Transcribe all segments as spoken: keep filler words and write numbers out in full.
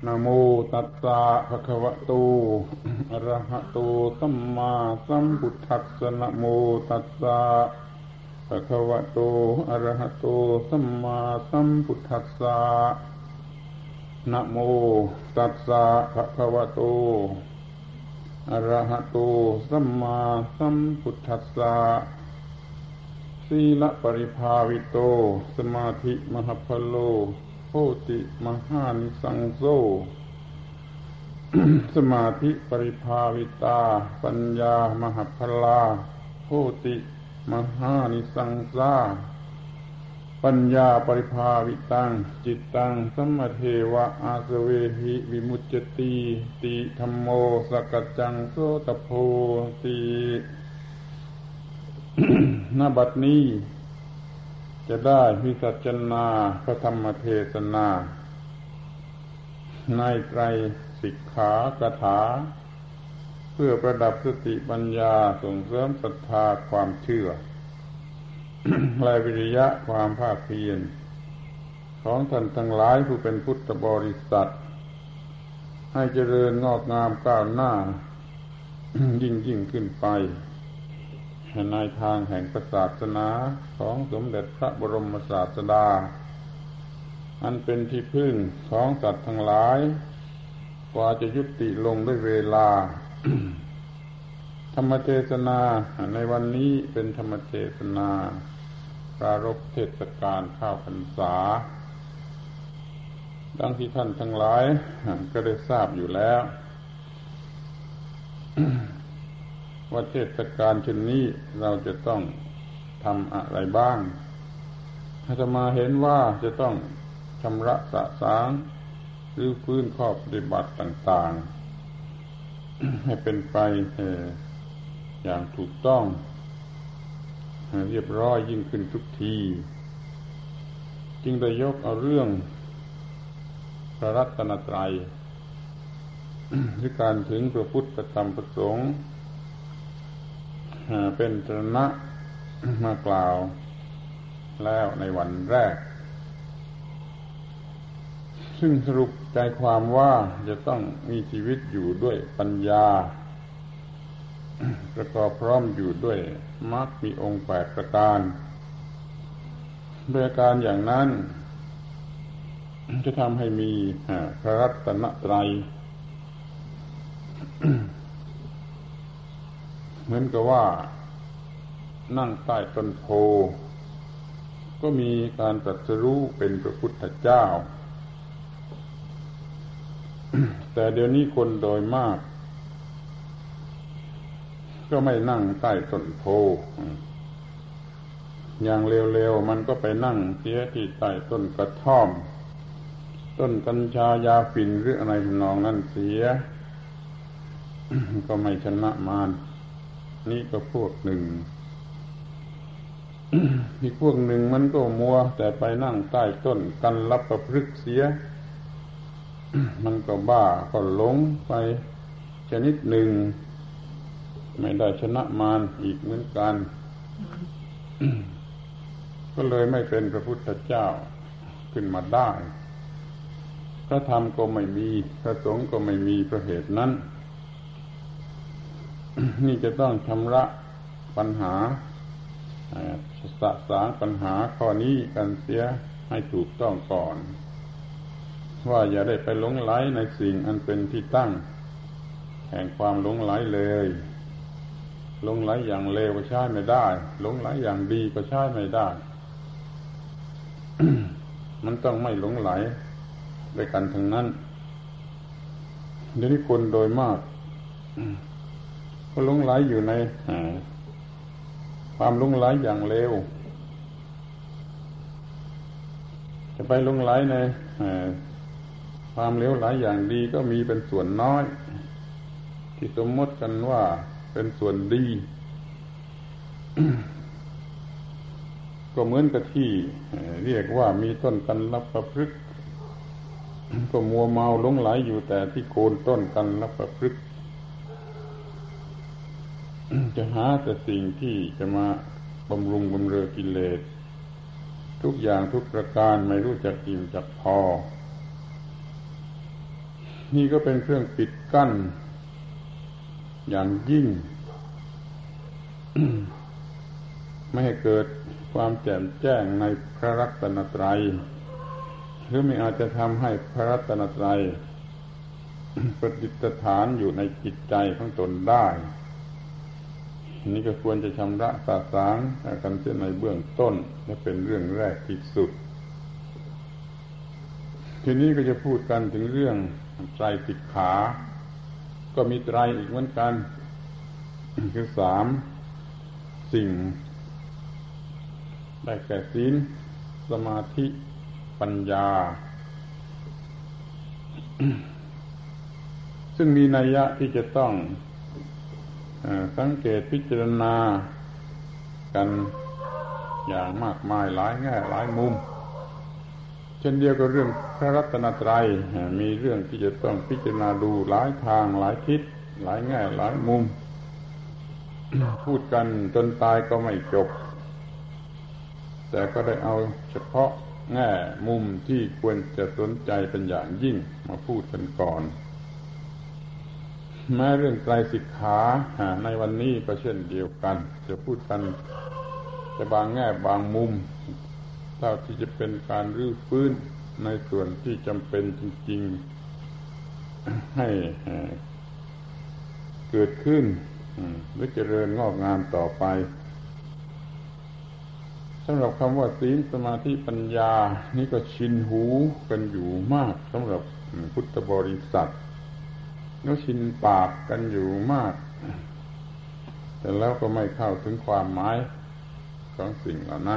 นะโมตัสสะภะคะวะโตอะระหะโตสัมมาสัมพุทธัสสะนะโมตัสสะภะคะวะโตอะระหะโตสัมมาสัมพุทธัสสะนะโมตัสสะภะคะวะโตอะระหะโตสัมมาสัมพุทธัสสะศีลปริภาวิโตสมาธิมหพโลโพติมหานิสังโส สมาธิปริภาวิตาปัญญามหพลาโพติมหานิสังสาปัญญาปริภาวิตังจิตตังสัมมเทวะอาสเวหิวิมุจจติติธัมโมสกัจจังโสตโพติณ บัดนี้จะได้วิสัชนาพระธรรมเทศนาในไตรสิกขากถาเพื่อประดับสติปัญญาส่งเสริมศรัทธาความเชื่อ และวิริยะความภาคเพียรของท่านทั้งหลายผู้เป็นพุทธบริษัทให้เจริญงอกงามก้าวหน้า ยิ่งยิ่งขึ้นไปในทางแห่งศาสนาของสมเด็จพระบรมศาสดาอันเป็นที่พึ่งของสัตว์ทั้งหลายกว่าจะยุติลงด้วยเวลา ธรรมเทศนาในวันนี้เป็นธรรมเทศนาปรารภเทศกาลเข้าพรรษาดังที่ท่านทั้งหลายก็ได้ทราบอยู่แล้ว ว่าเทศกาลเช่นนี้เราจะต้องทำอะไรบ้างอาตมาเห็นว่าจะต้องชำระสะสางหรือฟื้นข้อปฏิบัติต่างๆ ให้เป็นไปอย่างถูกต้องเรียบร้อยยิ่งขึ้นทุกทีจึงได้ยกเอาเรื่องพระรัตนตรัยหรือการถึงพระพุทธธรรมประสงค์เป็นตรณะมากล่าวแล้วในวันแรกซึ่งสรุปใจความว่าจะต้องมีชีวิตอยู่ด้วยปัญญาประกอบพร้อมอยู่ด้วยมรรคมีองค์แปดประการโดยการอย่างนั้นจะทำให้มีพระรัตนตรัย เหมือนกับว่านั่งใต้ต้นโพก็มีการตรัสรู้เป็นพระพุทธเจ้า แต่เดี๋ยวนี้คนโดยมากก็ไม่นั่งใต้ต้นโพอย่างเร็วๆมันก็ไปนั่งเสียที่ใต้ต้นกระท่อมต้นกัญชายาฝิ่นหรืออะไรทำนองนั้นเสีย ก็ไม่ชนะมารนี่ก็พวกหนึ่ง อีกพวกหนึ่งมันก็มัวแต่ไปนั่งใต้ต้นกันลับประพฤกษ์เสีย มันก็บ้าก็หลงไปชนิดหนึ่งไม่ได้ชนะมารอีกเหมือนกัน ก็เลยไม่เป็นพระพุทธเจ้าขึ้นมาได้พระธรรมก็ไม่มีพระสงฆ์ก็ไม่มีเพราะเหตุนั้น นี่จะต้องชำระปัญหาสะสางปัญหาข้อนี้กันเสียให้ถูกต้องก่อนว่าอย่าได้ไปหลงไหลในสิ่งอันเป็นที่ตั้งแห่งความหลงไหลเลยหลงไหลอย่างเลวก็ใช้ไม่ได้หลงไหลอย่างดีก็ใช้ไม่ได้ มันต้องไม่หลงไหลด้วยกันทั้งนั้นเดี๋ยวนี้คนโดยมากก็หลงไหลอยู่ในความหลงไหลอย่างเลวจะไปหลงไหลในความเลวไหลอย่างดีก็มีเป็นส่วนน้อยที่สมมติกันว่าเป็นส่วนดี ก็เหมือนกับที่เรียกว่ามีต้นกันลับประพฤกษ์ ก็มัวเมาหลงไหลอยู่แต่ที่โคนต้นกันลับประพฤกษ์ จะหาแต่สิ่งที่จะมาบำรุงบำเรอกิเลสทุกอย่างทุกประการไม่รู้จักอิ่มจักพอนี่ก็เป็นเครื่องปิดกั้นอย่างยิ่ง ไม่ให้เกิดความแจ่มแจ้งในพระรัตนตรัยหรือไม่อาจจะทำให้พระรัตนตรัย ประดิษฐานอยู่ในจิตใจของตนได้นี่ก็ควรจะชำระสาสางกันเสียในเบื้องต้นและเป็นเรื่องแรกที่สุดทีนี้ก็จะพูดกันถึงเรื่องไตรสิกขาก็มีไตรอีกเหมือนกัน คือสามสิ่งได้แก่ศีลสมาธิปัญญา ซึ่งมีนัยยะที่จะต้องสังเกตพิจารณากันอย่างมากมายหลายแง่หลายมุมเช่นเดียวกับเรื่องพระรัตนตรัยมีเรื่องที่จะต้องพิจารณาดูหลายทางหลายทิศหลายแง่หลายมุม พูดกันจนตายก็ไม่จบแต่ก็ได้เอาเฉพาะแง่มุมที่ควรจะสนใจเป็นอย่างยิ่งมาพูดกันก่อนแม้เรื่องไตรสิกขาในวันนี้ก็เช่นเดียวกันจะพูดกันแต่บางแง่บางมุมเท่าที่จะเป็นการรื้อฟื้นในส่วนที่จำเป็นจริงๆให้เกิดขึ้นหรือเจริญงอกงามต่อไปสำหรับคำว่าศีลสมาธิปัญญานี่ก็ชินหูกันอยู่มากสำหรับพุทธบริษัทแล้วชินปากกันอยู่มากแต่แล้วก็ไม่เข้าถึงความหมายของสิ่งเหล่านั้น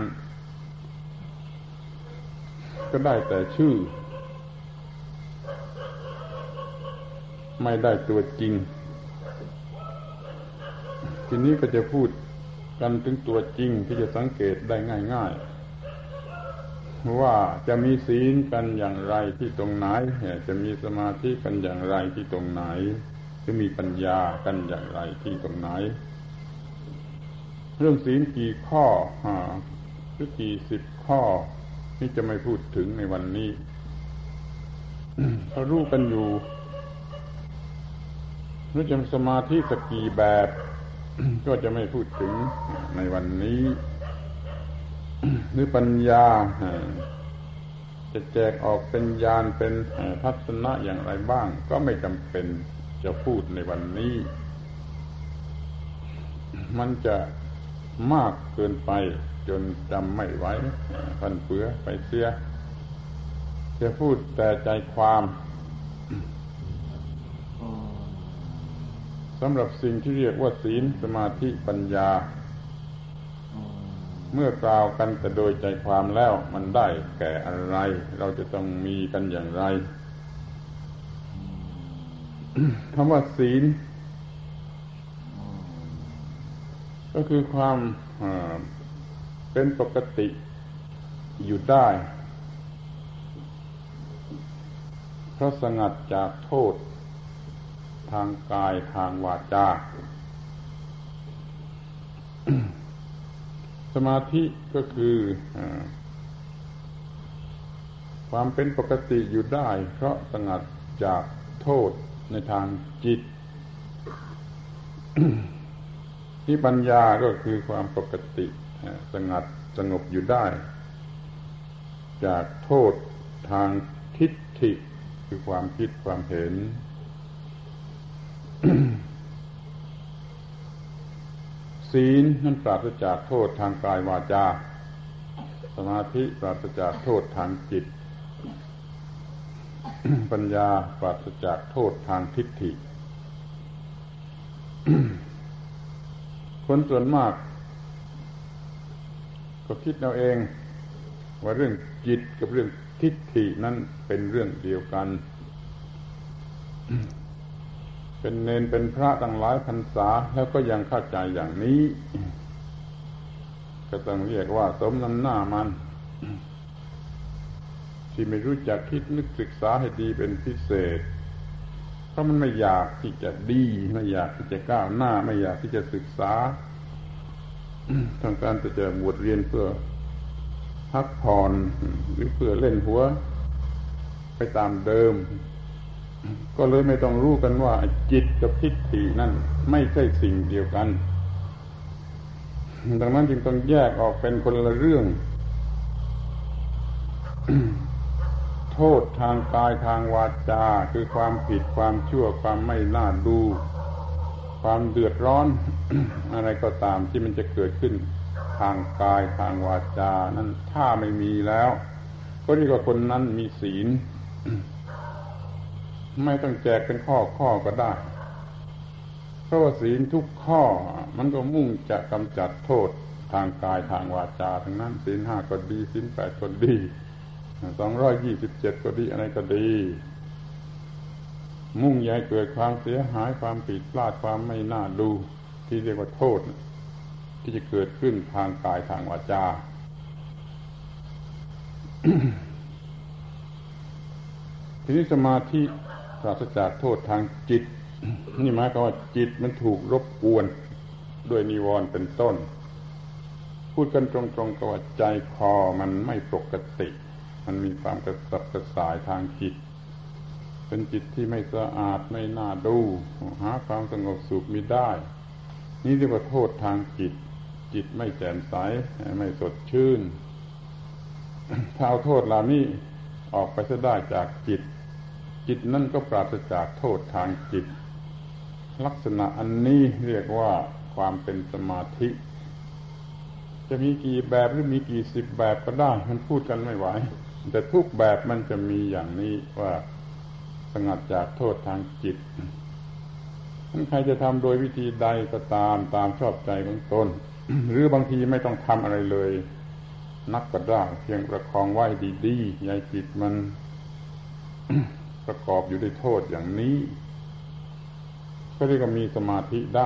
ก็ได้แต่ชื่อไม่ได้ตัวจริงทีนี้ก็จะพูดกันถึงตัวจริงที่จะสังเกตได้ง่ายๆว่าจะมีศีลกันอย่างไรที่ตรงไหนจะมีสมาธิกันอย่างไรที่ตรงไหนจะมีปัญญากันอย่างไรที่ตรงไหนเรื่องศีลกี่ข้อหรือกี่สิบข้อนี่จะไม่พูดถึงในวันนี้ เรารู้กันอยู่หรือจะสมาธิสักกี่แบบ ก็จะไม่พูดถึงในวันนี้หรือปัญญาจะแจกออกเป็นญาณเป็นทัศนะอย่างไรบ้างก็ไม่จำเป็นจะพูดในวันนี้มันจะมากเกินไปจนจำไม่ไหวพันเปื้อไปเสียจะพูดแต่ใจความสำหรับสิ่งที่เรียกว่าศีลสมาธิปัญญาเมื่อกล่าวกันแต่โดยใจความแล้วมันได้แก่อะไรเราจะต้องมีกันอย่างไรคำว่าศีลก็คือความเป็นปกติอยู่ได้เพราะสงัดจากโทษทางกายทางวาจา สมาธิก็คือความเป็นปกติอยู่ได้เพราะสงัดจากโทษในทางจิต ที่ปัญญาก็คือความปกติสงัดสงบอยู่ได้จากโทษทางทิฏฐิคือความคิดความเห็น ศีลนั้นปราศจากโทษทางกายวาจาสมาธิปราศจากโทษทางจิต ปัญญาปราศจากโทษทางทิฏฐิ คนส่วนมากก็คิดเอาเองว่าเรื่องจิตกับเรื่องทิฏฐินั้นเป็นเรื่องเดียวกัน เป็นเณรเป็นพระตั้งหลายพรรษาแล้วก็ยังเข้าใจอย่างนี้ก็ต้องเรียกว่าสมน้ำหน้ามันที่ไม่รู้จักคิดนึกศึกษาให้ดีเป็นพิเศษเพราะมันไม่อยากที่จะดีไม่อยากที่จะก้าวหน้าไม่อยากที่จะศึกษาต้องการจะจะบวชเรียนเพื่อพักผ่อนหรือเพื่อเล่นหัวไปตามเดิมก็เลยไม่ต้องรู้กันว่าจิตกับทิฏฐินั่นไม่ใช่สิ่งเดียวกันดังนั้นจึงต้องแยกออกเป็นคนละเรื่อง โทษทางกายทางวาจาคือความผิดความชั่วความไม่น่าดูความเดือดร้อน อะไรก็ตามที่มันจะเกิดขึ้นทางกายทางวาจานั้นถ้าไม่มีแล้วก็เรียกว่าคนนั้นมีศีล ไม่ต้องแจกเป็นข้อข้อก็ได้เพราะว่าศีลทุกข้อมันก็มุ่งจะกำจัดโทษทางกายทางวาจาทั้งนั้นศีลห้าก็ดีศีลแปดก็ดีสองร้อยยี่สิบเจ็ดก็ดีอะไรก็ดีมุ่งอย่าให้เกิดความเสียหายความผิดพลาดความไม่น่าดูที่เรียกว่าโทษที่จะเกิดขึ้นทางกายทางวาจา ทีนี้สมาธิปราศจากโทษทางจิตนี่หมายความว่าจิตมันถูกรบกวนด้วยนิวรณ์เป็นต้นพูดกันตรงๆก็ว่าใจคอมันไม่ปกติมันมีความกระสับกระส่ายทางจิตเป็นจิตที่ไม่สะอาดไม่น่าดูหาความสงบสุขมิได้นี่เรียกว่าโทษทางจิตจิตไม่แจ่มใสไม่สดชื่นถ้าเอาโทษเหล่านี้ออกไปซะได้จากจิตจิตนั่นก็ปราศจากโทษทางจิตลักษณะอันนี้เรียกว่าความเป็นสมาธิจะมีกี่แบบหรือมีกี่สิบแบบก็ได้มันพูดกันไม่ไหวแต่ทุกแบบมันจะมีอย่างนี้ว่าสงัดจากโทษทางจิตใครจะทำโดยวิธีใดก็ตามตามชอบใจของตน หรือบางทีไม่ต้องทำอะไรเลยนักก็ได้เพียงประคองไว้ดีๆอย่าจิตมัน ประกอบอยู่ด้วยโทษอย่างนี้ก็เรียกว่ามีสมาธิได้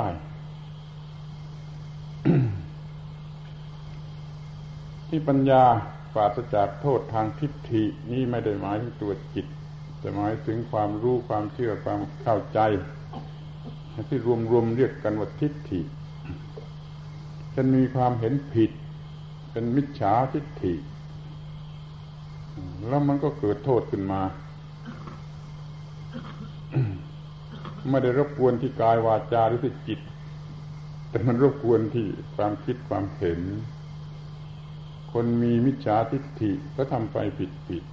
ที่ปัญญาปราศจากโทษทางทิฏฐินี่ไม่ได้หมายถึงตัวจิตแต่หมายถึงความรู้ความเชื่อความเข้าใจที่รวมๆเรียกกันว่าทิฏฐิจะมีความเห็นผิดเป็นมิจฉาทิฏฐิแล้วมันก็เกิดโทษขึ้นมา ไม่ได้รบกวนที่กายวาจาหรือที่จิตแต่มันรบกวนที่ความคิดความเห็นคนมีมิจฉาทิฏฐิก็ทำไปผิด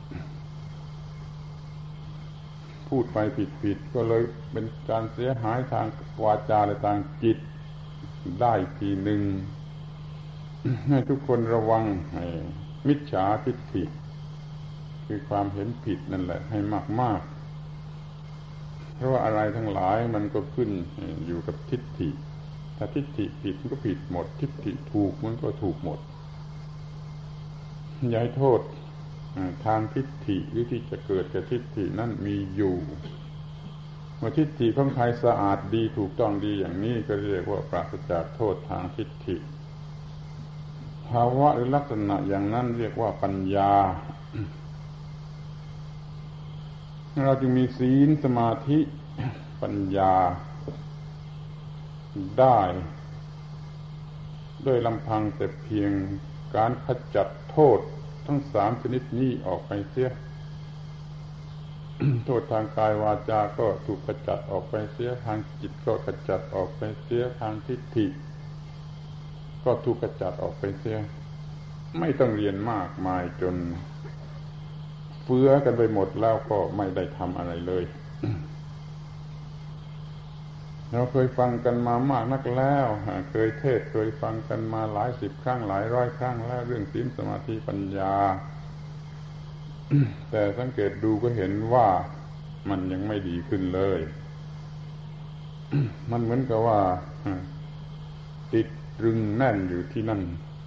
ๆพูดไปผิดๆก็เลยเป็นการเสียหายทางวาจาและทางจิตได้ทีหนึ่งให้ทุกคนระวังมิจฉาทิฏฐิคือความเห็นผิดนั่นแหละให้มากๆเพราะว่าอะไรทั้งหลายมันก็ขึ้นอยู่กับทิฏฐิถ้าทิฏฐิผิดมันก็ผิดหมดทิฏฐิถูกมันก็ถูกหมดอย่าให้โทษทางทิฏฐิหรือที่จะเกิดจากทิฏฐินั่นมีอยู่เมื่อทิฏฐิของใครสะอาดดีถูกต้องดีอย่างนี้ก็เรียกว่าปราศจากโทษทางทิฏฐิภาวะหรือลักษณะอย่างนั้นเรียกว่าปัญญาเราจึงมีศีลสมาธิปัญญาได้ด้วยลำพังแต่เพียงการขจัดโทษทั้งสามชนิดนี้ออกไปเสีย โทษทางกายวาจาก็ถูกขจัดออกไปเสียทางจิตก็ขจัดออกไปเสียทางทิฏฐิก็ถูกขจัดออกไปเสียไม่ต้องเรียนมากมายจนเฟื้อกันไปหมดแล้วก็ไม่ได้ทำอะไรเลย เราเคยฟังกันมามากนักแล้วเคยเทศเคยฟังกันมาหลายสิบครั้งหลายร้อยครั้งแล้วเรื่องศีลสมาธิปัญญา แต่สังเกตดูก็เห็นว่ามันยังไม่ดีขึ้นเลย มันเหมือนกับว่าติดตรึงแน่นอยู่ที่นั่น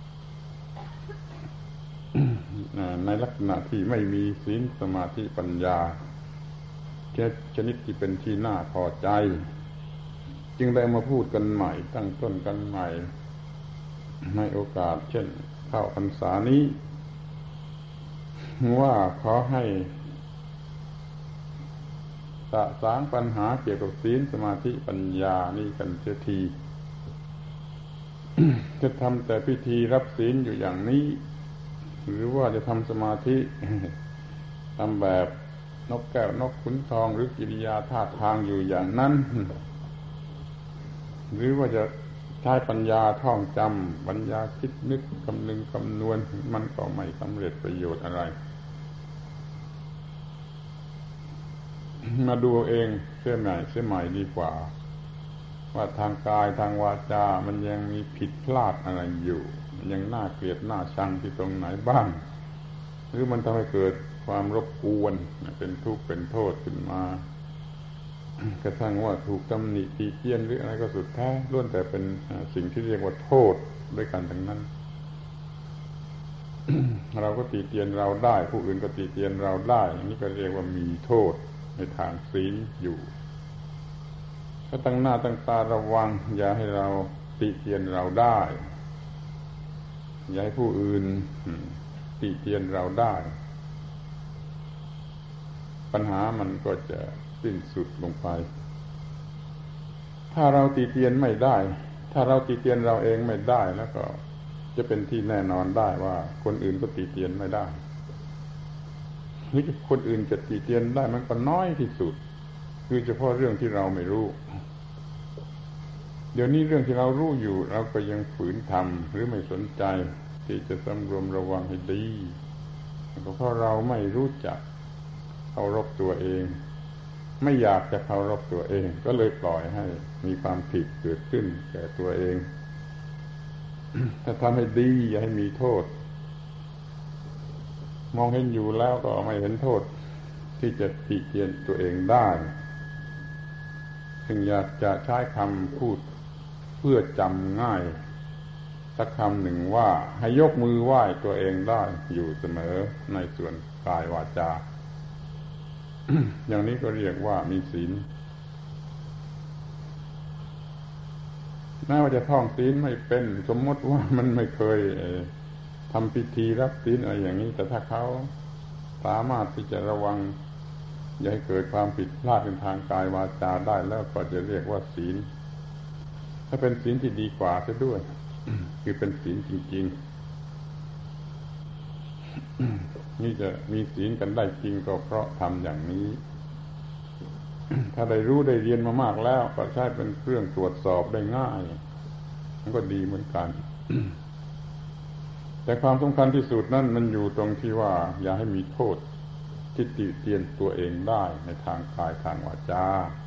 ในลักษณะที่ไม่มีศีลสมาธิปัญญาชนิดที่เป็นที่น่าพอใจจึงได้มาพูดกันใหม่ตั้งต้นกันใหม่ในโอกาสเช่นเข้าพรรษานี้ว่าขอให้สะสางปัญหาเกี่ยวกับศีลสมาธิปัญญานี่กันเสียที จะทำแต่พิธีรับศีลอยู่อย่างนี้หรือว่าจะทำสมาธิทำแบบนกแก้วนกขุนทองหรือกิริยาท่าทางอยู่อย่างนั้นหรือว่าจะใช้ปัญญาท่องจำปัญญาคิดนึกคำนึงคำนวณมันก็ไม่สำเร็จประโยชน์อะไรมาดูเองเสียใหม่เสียใหม่ดีกว่าว่าทางกายทางวาจามันยังมีผิดพลาดอะไรอยู่มันยังน่าเกลียดน่าชังที่ตรงไหนบ้างหรือมันทำให้เกิดความรบกวนเป็นทุกข์เป็นโทษขึ้นมากระทั่งว่าถูกตำหนิตีเตียนหรืออะไรก็สุดแท้ล้วนแต่เป็นสิ่งที่เรียกว่าโทษด้วยกันทั้งนั้น เราก็ตีเตียนเราได้ผู้อื่นก็ตีเตียนเราได้อย่างนี้ก็เรียกว่ามีโทษในทางศีลอยู่ก็ตั้งหน้าตั้งตาระวังอย่าให้เราติเตียนเราได้อย่าให้ผู้อื่นติเตียนเราได้ปัญหามันก็จะสิ้นสุดลงไปถ้าเราติเตียนไม่ได้ถ้าเราติเตียนเราเองไม่ได้แล้วก็จะเป็นที่แน่นอนได้ว่าคนอื่นก็ติเตียนไม่ได้หรือคนอื่นจะติเตียนได้มันก็น้อยที่สุดคือเฉพาะเรื่องที่เราไม่รู้เดี๋ยวนี้เรื่องที่เรารู้อยู่เราก็ยังฝืนทำหรือไม่สนใจที่จะสำรวมระวังให้ดีก็เพราะเราไม่รู้จักเคารพตัวเองไม่อยากจะเคารพตัวเองก็เลยปล่อยให้มีความผิดเกิดขึ้นแก่ตัวเอง ถ้าทำให้ดีอย่าให้มีโทษมองเห็นอยู่แล้วก็ไม่เห็นโทษที่จะติเตียนตัวเองได้จึงอยากจะใช้คำพูดเพื่อจำง่ายสักคำหนึ่งว่าให้ยกมือไหว้ตัวเองได้อยู่เสมอในส่วนกายวาจา อย่างนี้ก็เรียกว่ามีศีลแม้ว่าจะท่องศีลไม่เป็นสมมติว่ามันไม่เคยทำพิธีรับศีลอะไรอย่างนี้แต่ถ้าเขาสามารถที่จะระวังอย่าให้เกิดความผิดพลาดในทางกายวาจาได้แล้วก็จะเรียกว่าศีลถ้าเป็นศีลที่ดีกว่าซะด้วย คือเป็นศีลจริงๆ นี่จะมีศีลกันได้จริงก็เพราะทำอย่างนี้ ถ้าได้รู้ได้เรียนมามากแล้วก็ใช้เป็นเครื่องตรวจสอบได้ง่ายมันก็ดีเหมือนกัน แต่ความสำคัญที่สุดนั่นมันอยู่ตรงที่ว่าอย่าให้มีโทษที่ติเตียนตัวเองได้ในทางกายทางวาจา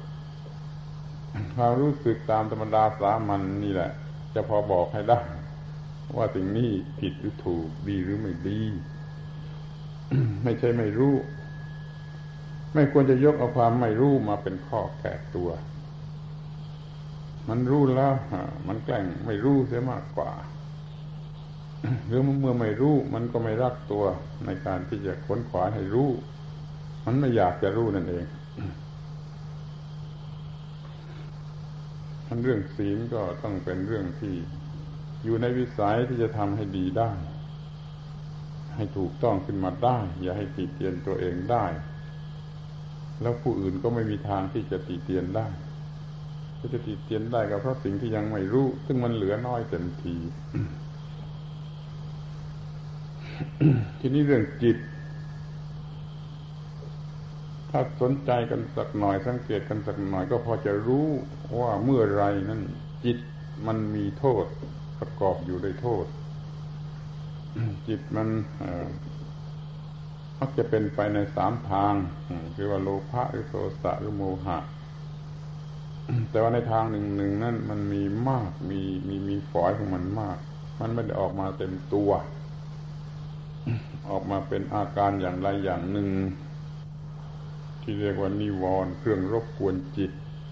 ความรู้สึกตามธรรมดาสามัญ น, นี่แหละจะพอบอกให้ได้ว่าสิ่งนี้ผิดหรือถูกดีหรือไม่ดี ไม่ใช่ไม่รู้ไม่ควรจะยกเอาความไม่รู้มาเป็นข้อแก่ตัวมันรู้แล้วมันแกล้งไม่รู้เสียมากกว่าหรือเมื่อไม่รู้มันก็ไม่รักตัวในการที่จะค้นขวาให้รู้มันไม่อยากจะรู้นั่นเองทั้งเรื่องศีลก็ต้องเป็นเรื่องที่อยู่ในวิสัยที่จะทำให้ดีได้ให้ถูกต้องขึ้นมาได้อย่าให้ติเตียนตัวเองได้แล้วผู้อื่นก็ไม่มีทางที่จะติเตียนได้ที่จะติเตียนได้ก็เพราะสิ่งที่ยังไม่รู้ซึ่งมันเหลือน้อยเต็มที ทีนี้เรื่องจิตถ้าสนใจกันสักหน่อยสังเกตกันสักหน่อยก็พอจะรู้ว่าเมื่อไรนั้นจิตมันมีโทษประกอบอยู่ด้วยโทษ จิตมันมักจะเป็นไปในสามทางคือว่าโลภะหรือโทสะหรือโมหะแต่ว่าในทางหนึ่งหนึ่งนั้นมันมีมากมีมีมีฝอยของมันมากมันไม่ได้ออกมาเต็มตัวออกมาเป็นอาการอย่างใดอย่างหนึ่งที่เรียกว่านิวรณ์เครื่องรบกวนจิต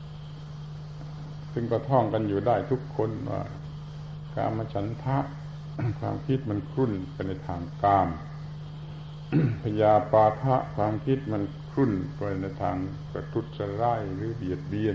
ซึ่งก็ท่องกันอยู่ได้ทุกคนว่ากามฉันทะ ความคิดมันครุ่นไปในทางกาม พยาปาทะความคิดมันครุ่นไปในทางประทุษร้ายหรือเบียดเบียน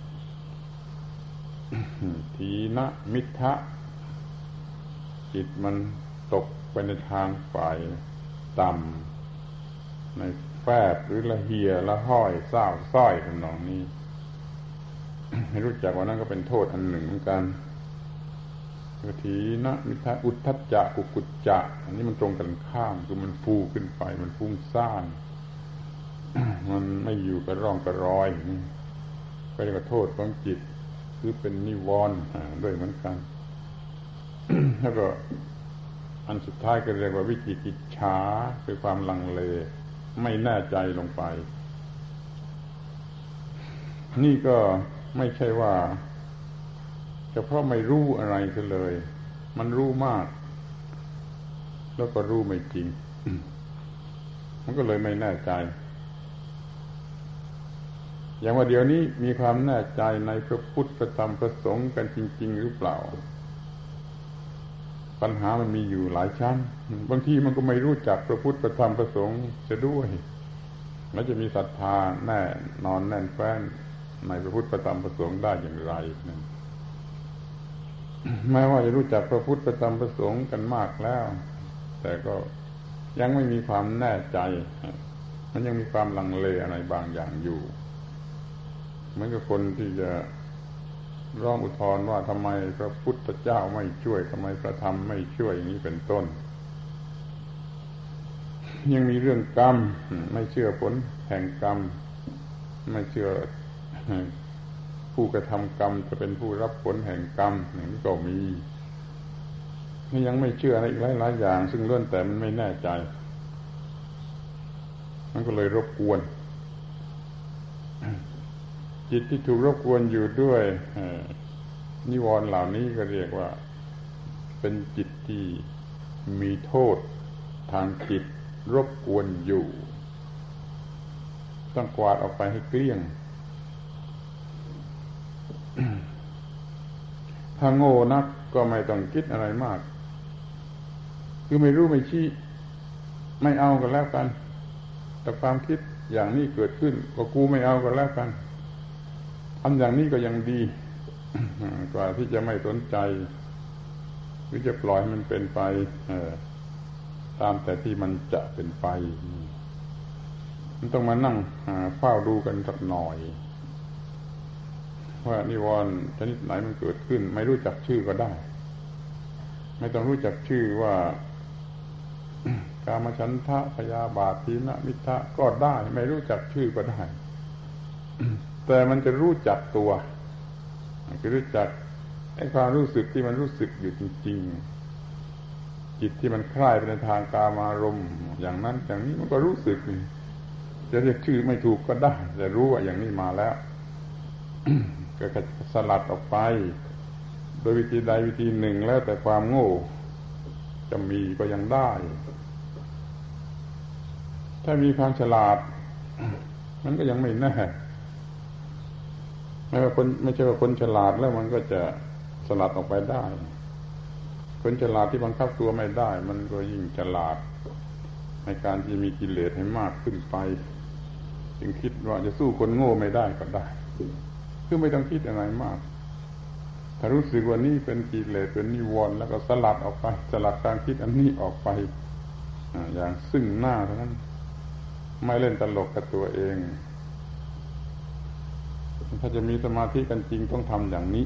ถีนมิทธะจิตมันตกไปในทางฝ่ายต่ำในแฝบหรือละเหียละห้อยเศร้าส้อยทำนองนี้ ให้รู้จักว่านั่นก็เป็นโทษอันหนึ่งเหมือนกันถีนมิทธะอุทธัจจะกุกุจจะอันนี้มันตรงกันข้ามคือมันฟูขึ้นไปมันฟุ้งซ่านมันไม่อยู่กับร่องกับรอยก็เรียกว่าโทษของจิตคือเป็นนิวรณ์ด้วยเหมือนกัน แล้วก็อันสุดท้ายก็เรียกว่าวิจิกิจฉาคือความลังเลไม่แน่ใจลงไปนี่ก็ไม่ใช่ว่าเฉพาะไม่รู้อะไรเสียเลยมันรู้มากแล้วก็รู้ไม่จริง มันก็เลยไม่แน่ใจอย่างว่าเดี๋ยวนี้มีความแน่ใจในพระพุทธพระธรรมพระสงฆ์กันจริงๆหรือเปล่าปัญหามันมีอยู่หลายชั้นบางทีมันก็ไม่รู้จักพระพุทธพระธรรมพระสงฆ์จะด้วยแล้วจะมีศรัทธาแน่นอนแน่นแฟ้นในพระพุทธพระธรรมพระสงฆ์ได้อย่างไรนั่นแม้ว่าจะรู้จักพระพุทธพระธรรมพระสงฆ์กันมากแล้วแต่ก็ยังไม่มีความแน่ใจมันยังมีความลังเลอะไรบางอย่างอยู่เหมือนกับคนที่จะร้องอุทธรณ์ว่าทำไมพระพุทธเจ้าไม่ช่วยทำไมพระธรรมไม่ช่วยอย่างนี้เป็นต้นยังมีเรื่องกรรมไม่เชื่อผลแห่งกรรมไม่เชื่อผู้กระทำกรรมจะเป็นผู้รับผลแห่งกรรมอย่างนี้ก็มียังไม่เชื่ออะไรอีกหลายๆอย่างซึ่งล้วนแต่มันไม่แน่ใจมันก็เลยรบกวนจิตที่ถูกรบกวนอยู่ด้วยนิวรณ์เหล่านี้ก็เรียกว่าเป็นจิตที่มีโทษทางจิตรบกวนอยู่ต้องกวาดออกไปให้เกลี้ยงถ้าโง่นักก็ไม่ต้องคิดอะไรมากคือไม่รู้ไม่ชี้ไม่เอากันแล้วกันแต่ความคิดอย่างนี้เกิดขึ้นก็กูไม่เอากันแล้วกันทำอย่างนี้ก็ยังดี กว่าที่จะไม่สนใจหรือจะปล่อยมันเป็นไปตามแต่ที่มันจะเป็นไปมันต้องมานั่งเฝ้าดูกันสักหน่อยว่านิวรณ์ชนิดไหนมันเกิดขึ้นไม่รู้จักชื่อก็ได้ไม่ต้องรู้จักชื่อว่ากามฉันทะพยาบาทถีนมิทธะก็ได้ไม่รู้จักชื่อก็ได้ แต่มันจะรู้จักตัวจะรู้จักไอ้ความรู้สึกที่มันรู้สึกอยู่จริงๆจิตที่มันคล้ายไปในทางกามารมณ์อย่างนั้นอย่างนี้มันก็รู้สึกนี่จะเรียกชื่อไม่ถูกก็ได้แต่รู้ว่าอย่างนี้มาแล้ว ก็สลัดออกไปโดยวิธีใดวิธีหนึ่งแล้วแต่ความโง่จะมีก็ยังได้ถ้ามีความฉลาดมันก็ยังไม่แน่ไม่ว่าคนไม่ใช่ว่าคนฉลาดแล้วมันก็จะสลัดออกไปได้คนฉลาดที่บังคับตัวไม่ได้มันก็ยิ่งฉลาดในการที่มีกิเลสให้มากขึ้นไปจึงคิดว่าจะสู้คนโง่ไม่ได้ก็ได้คือไม่ต้องคิดอะไรมากถ้ารู้สึกว่านี่เป็นกิเลสเป็นนิวรณ์แล้วก็สลัดออกไปสลัดการคิดอันนี้ออกไปอย่างซึ่งหน้าเท่านั้นไม่เล่นตลกกับตัวเองถ้าจะมีสมาธิกันจริงต้องทำอย่างนี้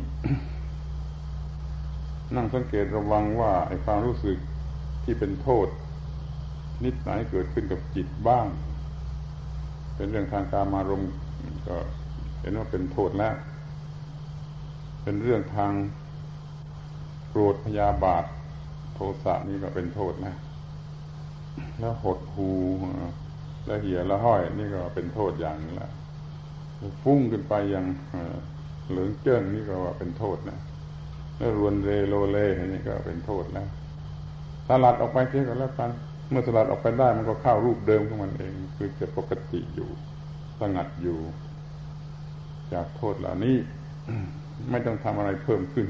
นั่งสังเกตระวังว่าไอ้ความรู้สึกที่เป็นโทษนิดไหนเกิดขึ้นกับจิตบ้างเป็นเรื่องทางกามารมณ์ก็เห็นว่าเป็นโทษแล้วเป็นเรื่องทางโกรธพยาบาทโทสะนี่ก็เป็นโทษนะแล้วหดหูแล้วเหี่ยแล้วห้อยนี่ก็เป็นโทษอย่างนึงละฟุ้งขึ้นไปอย่างเหลืองเจิ้งนี่ก็ว่าเป็นโทษนะแล้วรวนเรโลเลนี่ก็เป็นโทษแล้วสลัดออกไปเสียก็แล้วกันเมื่อสลัดออกไปได้มันก็เข้ารูปเดิมของมันเองคือจะปกติอยู่สงัดอยู่จากโทษเหล่านี้ไม่ต้องทำอะไรเพิ่มขึ้น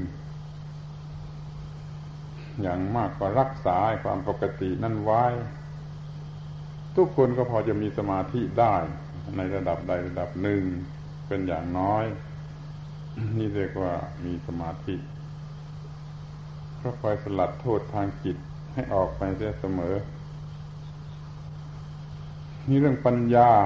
อย่างมากก็รักษาความปกตินั่นไว้ทุกคนก็พอจะมีสมาธิได้ในระดับใดระดับหนึ่งเป็นอย่างน้อยนี่เรียกว่ามีสมาธิเพราะคอยสลัดโทษทางจิตให้ออกไปเสียเสมอนี่เรื่องปัญญา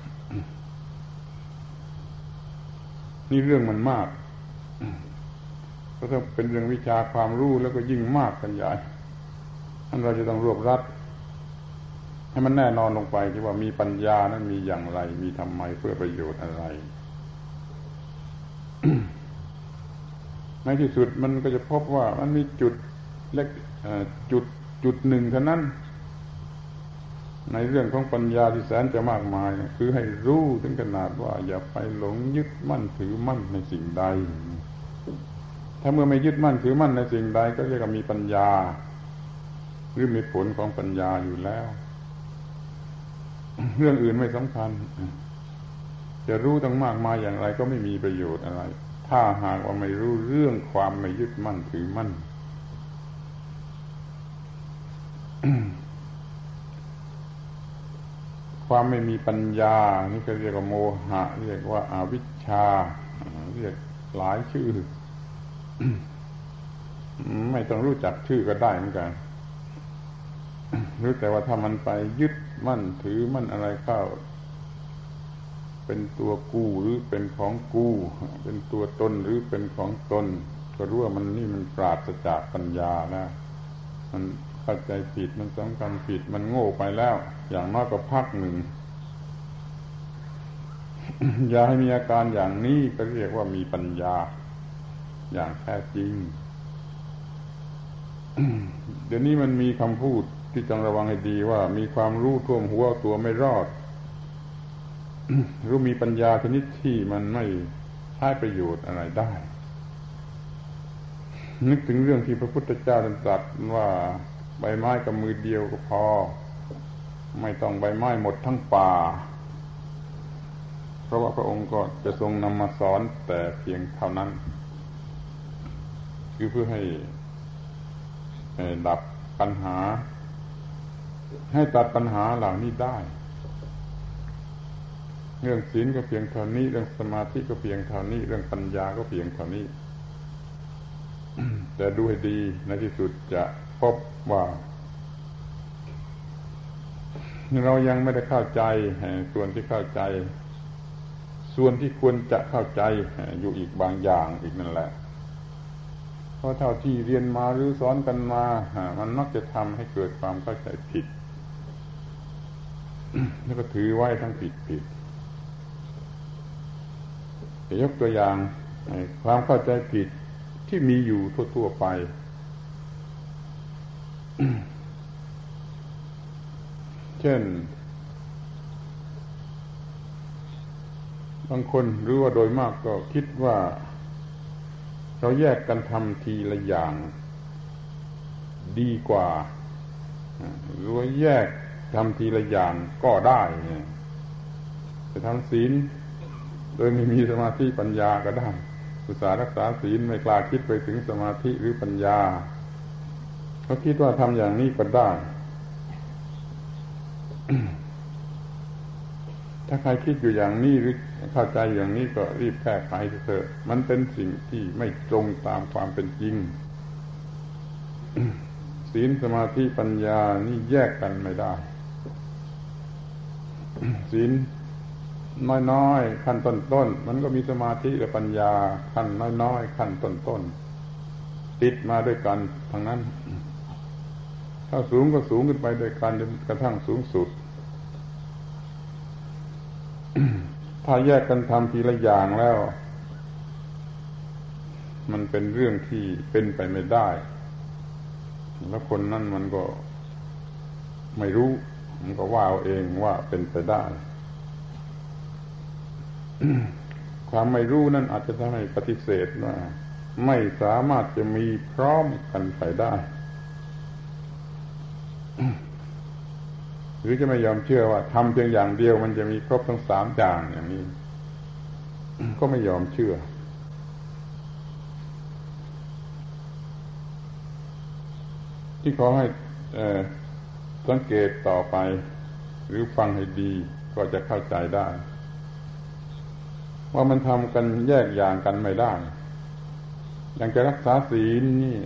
นี่เรื่องมันมากเพราะถ้าเป็นเรื่องวิชาความรู้แล้วก็ยิ่งมากกันใหญ่ท่านเราจะต้องรวบรัดให้มันแน่นอนลงไปที่ว่ามีปัญญานั้นมีอย่างไรมีทำไมเพื่อประโยชน์อะไร ในที่สุดมันก็จะพบว่ามันมีจุดเล็กจุดจุดหนึ่งเท่านั้นในเรื่องของปัญญาที่แสนจะมากมายคือให้รู้ถึงขนาดว่าอย่าไปหลงยึดมั่นถือมั่นในสิ่งใดถ้าเมื่อไม่ยึดมั่นถือมั่นในสิ่งใดก็เรียกว่ามีปัญญาหรือมีผลของปัญญาอยู่แล้วเรื่องอื่นไม่สำคัญจะรู้ตั้งมากมายอย่างไรก็ไม่มีประโยชน์อะไรถ้าหากว่าไม่รู้เรื่องความไม่ยึดมั่นถือมั่น ความไม่มีปัญญานี่ก็เรียกว่าโมหะเรียกว่าอวิชชาเรียกหลายชื่อ ไม่ต้องรู้จักชื่อก็ได้เหมือนกันรู้แต่ว่าถ้ามันไปยึดมั่นถือมั่นอะไรเข้าเป็นตัวกูหรือเป็นของกูเป็นตัวตนหรือเป็นของตนก็รู้ว่ามันนี่มันปราศจากปัญญานะมันเข้าใจผิดมันสำคัญผิดมันโง่ไปแล้วอย่างน้อยก็พักหนึ่ง อย่าให้มีอาการอย่างนี้ก็เรียกว่ามีปัญญาอย่างแท้จริง เดี๋ยวนี้มันมีคำพูดที่ต้องระวังให้ดีว่ามีความรู้ท่วมหัวตัวไม่รอด รู้มีปัญญาชนิดที่มันไม่ใช้ประโยชน์อะไรได้นึกถึงเรื่องที่พระพุทธเจ้าตรัสว่าใบไม้กับมือเดียวก็พอไม่ต้องใบไม้หมดทั้งป่าเพราะว่าพระองค์ก็จะทรงนำมาสอนแต่เพียงเท่านั้นคือเพื่อให้ดับปัญหาให้ตัดปัญหาเหล่านี้ได้เรื่องศีลก็เพียงเท่านี้เรื่องสมาธิก็เพียงเท่านี้เรื่องปัญญาก็เพียงเท่านี้ แต่ดูให้ดีในที่สุดจะพบว่าเรายังไม่ได้เข้าใจส่วนที่เข้าใจส่วนที่ควรจะเข้าใจอยู่อีกบางอย่างอีกนั่นแหละเพราะเท่าที่เรียนมาหรือสอนกันมามันมักจะทำให้เกิดความเข้าใจผิด แล้วก็ถือไว้ทั้งผิดผิดจะยกตัวอย่างความเข้าใจผิดที่มีอยู่ทั่วๆไป เช่นบางคนหรือว่าโดยมากก็คิดว่าเราแยกกันทำทีละอย่างดีกว่าหรือว่าแยกทำทีละอย่างก็ได้จะทำศีลโดยไม่มีสมาธิปัญญาก็ได้อุตส่าห์รักษาศีลไม่กล้าคิดไปถึงสมาธิหรือปัญญาเขาคิดว่าทำอย่างนี้ก็ได้ ถ้าใครคิดอยู่อย่างนี้หรือเข้าใจอย่างนี้ก็รีบแก้ไขเถอะมันเป็นสิ่งที่ไม่ตรงตามความเป็นจริง ศีลสมาธิปัญญานี่แยกกันไม่ได้ ศีลน้อยๆขั้นต้นๆมันก็มีสมาธิและปัญญาขั้นน้อยๆขั้นต้นๆติดมาด้วยกันทั้งนั้นถ้าสูงก็สูงขึ้นไปด้วยกันจนกระทั่งสูงสุด ถ้าแยกกันทำทีละอย่างแล้วมันเป็นเรื่องที่เป็นไปไม่ได้แล้วคนนั้นมันก็ไม่รู้มันก็ว่าเอาเองว่าเป็นไปได้ ความไม่รู้นั่นอาจจะทำให้ปฏิเสธว่าไม่สามารถจะมีพร้อมกันไปได้ หรือจะไม่ยอมเชื่อว่าทำเพียงอย่างเดียวมันจะมีครบทั้งสามอย่างอย่างนี้ ก็ไม่ยอมเชื่อที่ขอให้สังเกตต่อไปหรือฟังให้ดีก็จะเข้าใจได้ว่ามันทำกันแยกอย่างกันไม่ได้อย่างจะรักษาศีลนี่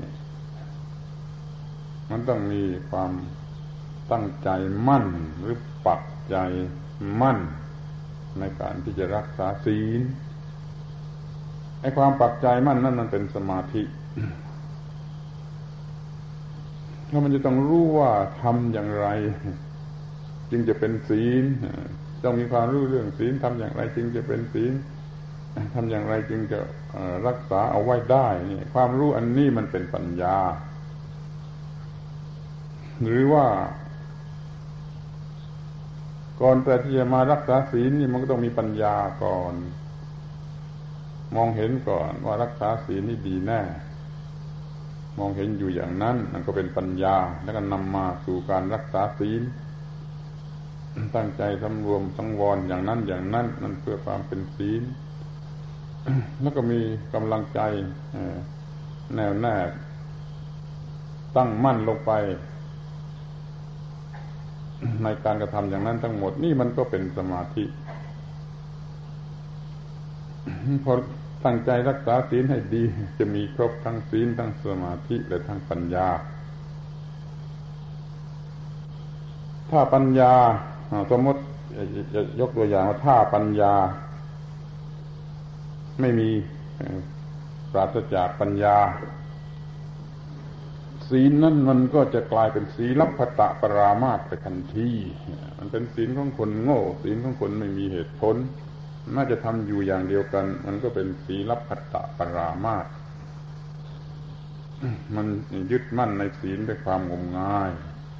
มันต้องมีความตั้งใจมั่นหรือปักใจมั่นในการที่จะรักษาศีลไอ้ความปักใจมั่นนั่นมันเป็นสมาธิแล้วมันจะต้องรู้ว่าทำอย่างไรจึงจะเป็นศีลต้องมีความรู้เรื่องศีลทำอย่างไรจึงจะเป็นศีลทำอย่างไรจึงจะรักษาเอาไว้ได้นี่ความรู้อันนี้มันเป็นปัญญาหรือว่าก่อนแต่ที่จะมารักษาศีลนี่มันก็ต้องมีปัญญาก่อนมองเห็นก่อนว่ารักษาศีลนี่ดีแน่มองเห็นอยู่อย่างนั้นมันก็เป็นปัญญาแล้วก็นำมาสู่การรักษาศีลตั้งใจสำรวมสังวรอย่างนั้นอย่างนั้นนั่นเพื่อความเป็นศีลแล้วก็มีกำลังใจแน่วแน่ตั้งมั่นลงไปในการกระทำอย่างนั้นทั้งหมดนี่มันก็เป็นสมาธิพอตั้งใจรักษาศีลให้ดีจะมีครบทั้งศีลทั้งสมาธิและทั้งปัญญาถ้าปัญญาสมมติจะยกตัวอย่างว่าถ้าปัญญาไม่มีปราศจากปัญญาศีลนั่นมันก็จะกลายเป็นศีลัพพตปรามาสไปทันทีมันเป็นศีลของคนโง่ศีลของคนไม่มีเหตุผลน่าจะทำอยู่อย่างเดียวกันมันก็เป็นศีลัพพตปรามาสมันยึดมั่นในศีลด้วยความงมงาย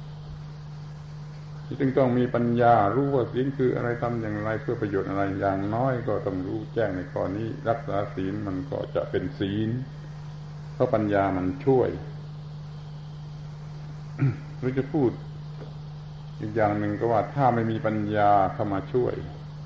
จึงต้องมีปัญญารู้ว่าศีลคืออะไรทำอย่างไรเพื่อประโยชน์อะไรอย่างน้อยก็ต้องรู้แจ้งในข้อนี้รักษาศีลมันก็จะเป็นศีลเพราะปัญญามันช่วยหรือจะพูดอีกอย่างหนึ่งก็ว่าถ้าไม่มีปัญญาเข้ามาช่วย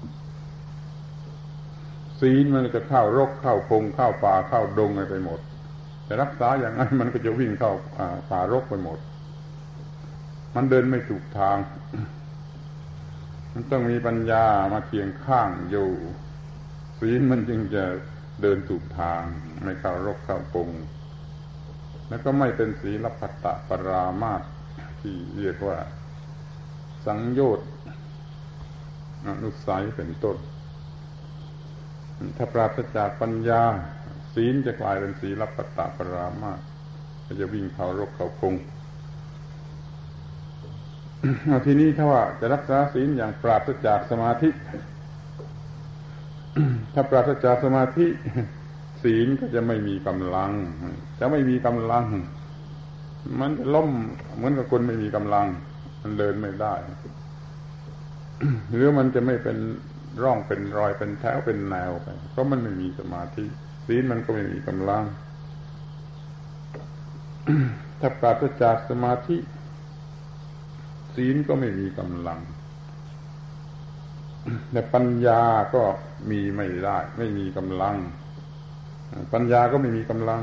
ศีลมันจะเข้ารกเข้าพงเข้าป่าเข้าดงไปหมดแต่รักษาอย่างนั้นมันก็จะวิ่งเข้าป่ารกไปหมดมันเดินไม่ถูกทางมันต้องมีปัญญามาเคียงข้างอยู่ศีลมันจึงจะเดินถูกทางไม่เข้ารกเข้าพงแล้วก็ไม่เป็นศีลัพพตปรามาสที่เรียกว่าสังโยชน์อนุสัยเป็นต้นถ้าปราศจากปัญญาศีลจะกลายเป็นศีลัพพตปรามาสจะวิ่งเข้ารกเข้าพงทีนี้ถ้าว่าจะรักษาศีลอย่างปราศจากสมาธิถ้าปราศจากสมาธิศีลก็จะไม่มีกำลังจะไม่มีกำลังมันจะล้มเหมือนกับคนไม่มีกำลังมันเดินไม่ได้หรือมันจะไม่เป็นร่องเป็นรอยเป็นแถวเป็นแนวไปเพราะมันไม่มีสมาธิศีลมันก็ไม่มีกำลังถ้าปราศจากสมาธิศีลก็ไม่มีกำลังแต่ปัญญาก็มีไม่ได้ไม่มีกำลังปัญญาก็ไม่มีกำลัง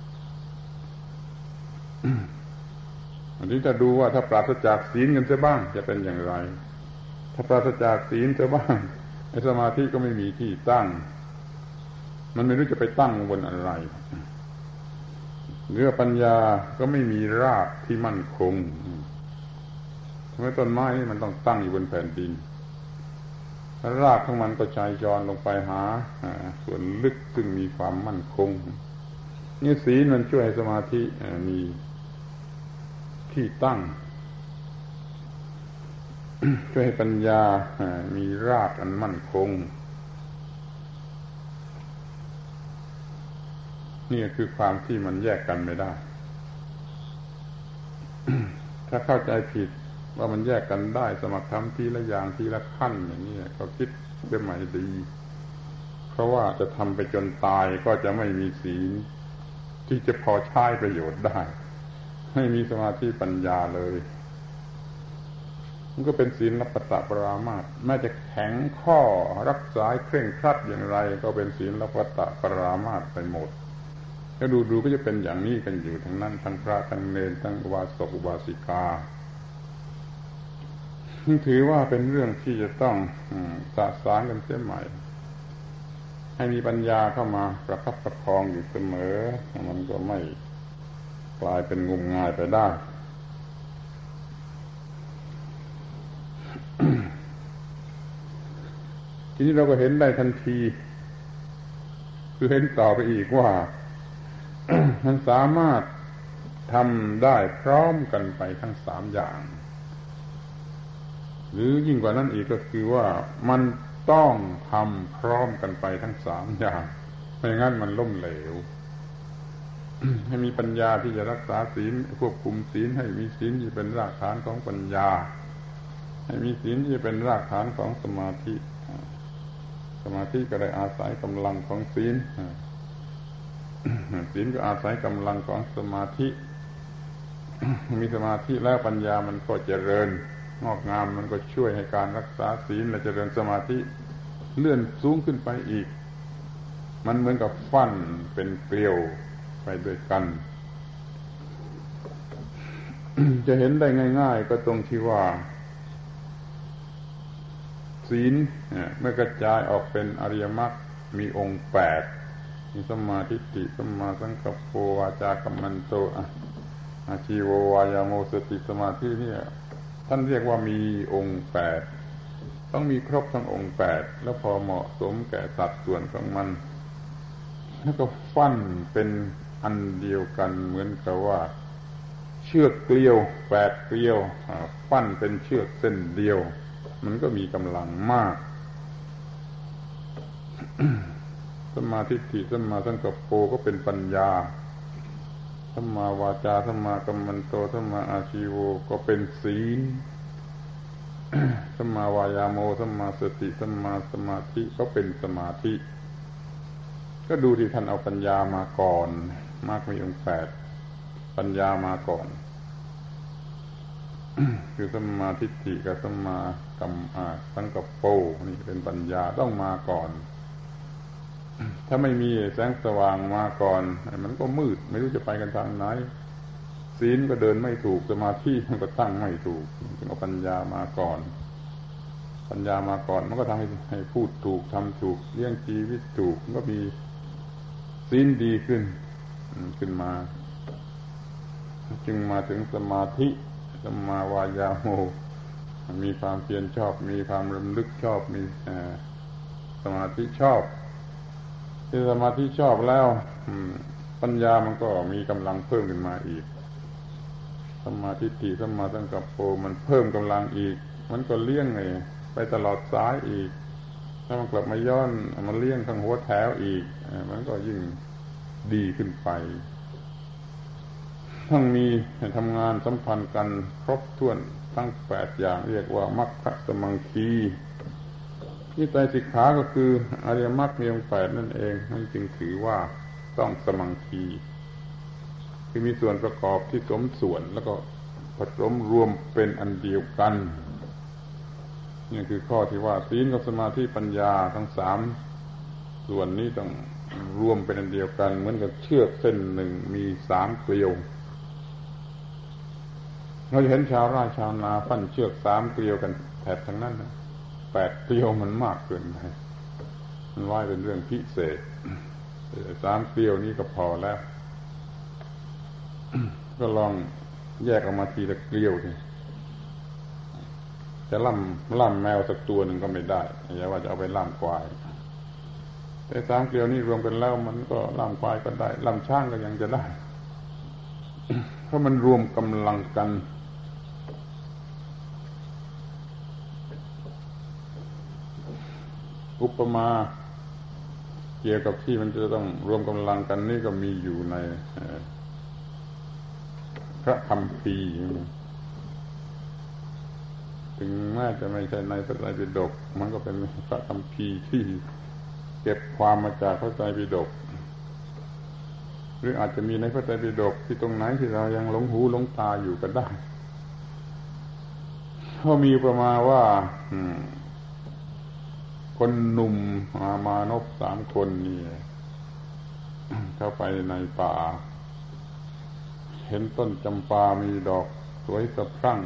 อันนี้จะดูว่าถ้าปราศจากศีลกันเสียบ้างจะเป็นอย่างไรถ้าปราศจากศีลเสียบ้างไอ้สมาธิก็ไม่มีที่ตั้งมันไม่รู้จะไปตั้งบนอะไรเรื่องปัญญาก็ไม่มีรากที่มั่นคงทำไมต้นไม้นี่มันต้องตั้งอยู่บนแผ่นดินรากของมันก็ชายจรลงไปหาส่วนลึกซึ่งมีความมั่นคงนี่ศีลมันช่วยให้สมาธิมีที่ตั้งช่วยให้ปัญญามีรากอันมั่นคงนี่คือความที่มันแยกกันไม่ได้ถ้าเข้าใจผิดว่ามันแยกกันได้สมัครทำทีละอย่างทีละขั้นอย่างนี้เขาคิดเสียใหม่ดีเพราะว่าจะทำไปจนตายก็จะไม่มีศีลที่จะพอใช้ประโยชน์ได้ไม่มีสมาธิปัญญาเลยมันก็เป็นศีลลัพพตปรามาสแม้จะแข็งข้อรักษาเคร่งครัดอย่างไรก็เป็นศีลลัพพตปรามาสไปหมดถ้าดูๆก็จะเป็นอย่างนี้กันอยู่ทั้งนั้นทั้งพระทั้งเณรทั้งอุบาสกอุบาสิกาถือว่าเป็นเรื่องที่จะต้องสะสางกันเสียใหม่ให้มีปัญญาเข้ามาประคับประคองอยู่เสมอมันก็ไม่กลายเป็นงมงายไปได้ ทีนี้เราก็เห็นได้ทันทีคือเห็นต่อไปอีกว่า มันสามารถทำได้พร้อมกันไปทั้งสามอย่างหรือยิ่งกว่านั้นอีกก็คือว่ามันต้องทำพร้อมกันไปทั้งสามอย่างไม่งั้นมันล้มเหลว ให้มีปัญญาที่จะรักษาศีลควบคุมศีลให้มีศีลที่เป็นรากฐานของปัญญาให้มีศีลที่เป็นรากฐานของสมาธิสมาธิก็ได้อาศัยกำลังของศีลศีลก็อาศัยกำลังของสมาธิมีสมาธิแล้วปัญญามันก็เจริญงอกงามมันก็ช่วยให้การรักษาศีลและเจริญสมาธิเลื่อนสูงขึ้นไปอีกมันเหมือนกับฟันเป็นเกลียวไปด้วยกัน จะเห็นได้ง่ายๆก็ตรงที่ว่าศีลเมื่อกระจายออกเป็นอริยมรรคมีองค์แปดมีสัมมาทิฏฐิสัมมาสังกัปโปวาจากัมมันโตอาชีโววายาโมสติสมาธินี่ท่านเรียกว่ามีองค์แปดต้องมีครบทั้งองค์แปดแล้วพอเหมาะสมแก่สัดส่วนของมันแล้วก็ฟันเป็นอันเดียวกันเหมือนกับว่าเชือกเกลียวแปดเกลียวฟันเป็นเชือกเส้นเดียวมันก็มีกำลังมาก สัมมาทิฏฐิสัมมาสังกัปโปก็เป็นปัญญาสัมมาวาจาสัมมากัมมันโตสัมมาอาชีโวก็เป็นศีล สัมมาวายาโมสัมมาสติสัมมาสมาธิก็เป็นสมาธิก็ดูที่ท่านเอาปัญญามาก่อนมากมีองค์แปดปัญญามาก่อน คือสัมมาทิฏฐิกับสัมมากัมอ่าสังกัปโปนี่เป็นปัญญาต้องมาก่อนถ้าไม่มีแสงสว่างมาก่อนมันก็มืดไม่รู้จะไปกันทางไหนศีลก็เดินไม่ถูกสมาธิมันก็ตั้งไม่ถูกจึงเอาปัญญามาก่อนปัญญามาก่อนมันก็ทำให้ให้พูดถูกทำถูกเลี้ยงชีวิตถูกมันก็มีศีลดีขึ้นขึ้นมาจึงมาถึงสมาธิสัมมาวายาโมมีความเพียรชอบมีความรำลึกชอบมีสมาธิชอบที่สมาธิชอบแล้วปัญญามันก็มีกำลังเพิ่มขึ้นมาอีกสัมมาทิฏฐิสัมมาสังกัปโปมันเพิ่มกำลังอีกมันก็เลี้ยงไงไปตลอดสายอีกถ้ามันกลับมาย้อนมันเลี้ยงทางหัวแถวอีกมันก็ยิ่งดีขึ้นไปทั้งมีทำงานสัมพันธ์กันครบถ้วนทั้งแปดอย่างเรียกว่ามัคคะสมังคีนี่ไตรสิกขาก็คืออริยมรรคมีองค์แปดนั่นเองนั่นจึงถือว่าต้องสมังคีคือมีส่วนประกอบที่สมส่วนแล้วก็ผสมรวมเป็นอันเดียวกันนี่คือข้อที่ว่าศีลกับสมาธิปัญญาทั้งสามส่วนนี้ต้องรวมเป็นอันเดียวกันเหมือนกับเชือกเส้นหนึ่งมีสามเกลียวเราจะเห็นชาวไร่ชาวนาปั้นเชือกสามเกลียวกันแถบทั้งนั้นนะแปดเกลียวมันมากเกินไปมันว่าเป็นเรื่องพิเศษสามเกลียวนี้ก็พอแล้วก็ลองแยกออกมาทีละเกลียวทีจะล่ำล่ำแมวสักตัวหนึ่งก็ไม่ได้อย่าว่าจะเอาไปล่ำควายแต่สามเกลียวนี้รวมกันแล้วมันก็ล่ำควายก็ได้ล่ำช้างก็ยังจะได้เพราะมันรวมกำลังกันอุปมาเกี่ยวกับที่มันจะต้องรวมกำลังกันนี่ก็มีอยู่ในพระคัมภีร์ถึงแม้จะไม่ใช่ในพระไตรปิฎกมันก็เป็นพระคัมภีร์ที่เก็บความมาจากพระไตรปิฎกหรืออาจจะมีในพระไตรปิฎกที่ตรงไหนที่เรายังหลงหูหลงตาอยู่ก็ได้เขามีประมาณว่าคนหนุ่มมานพสามคนนี่เข้าไปในป่าเห็นต้นจำปามีดอกสวยสะพรั่ง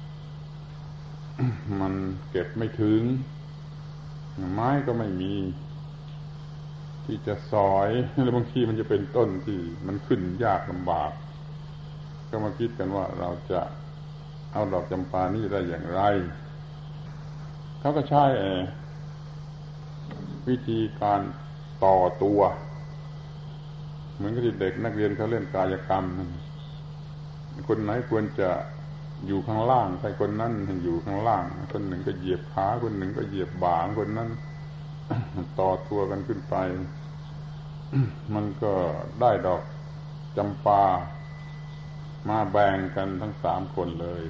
มันเก็บไม่ถึงไม้ก็ไม่มีที่จะสอยแล้วบางทีมันจะเป็นต้นที่มันขึ้นยากลำบากก็มาคิดกันว่าเราจะเอาดอกจำปานี่ได้อย่างไรเขาก็ใช้วิธีการต่อตัวเหมือนกับที่เด็กนักเรียนเขาเล่นกายกรรมคนไหนควรจะอยู่ข้างล่างใครคนนั้นอยู่ข้างล่างคนหนึ่งก็เหยียบขาคนหนึ่งก็เหยียบบ่าคนนั้น ต่อตัวกันขึ้นไป มันก็ได้ดอกจำปามาแบ่งกันทั้งสามคนเลย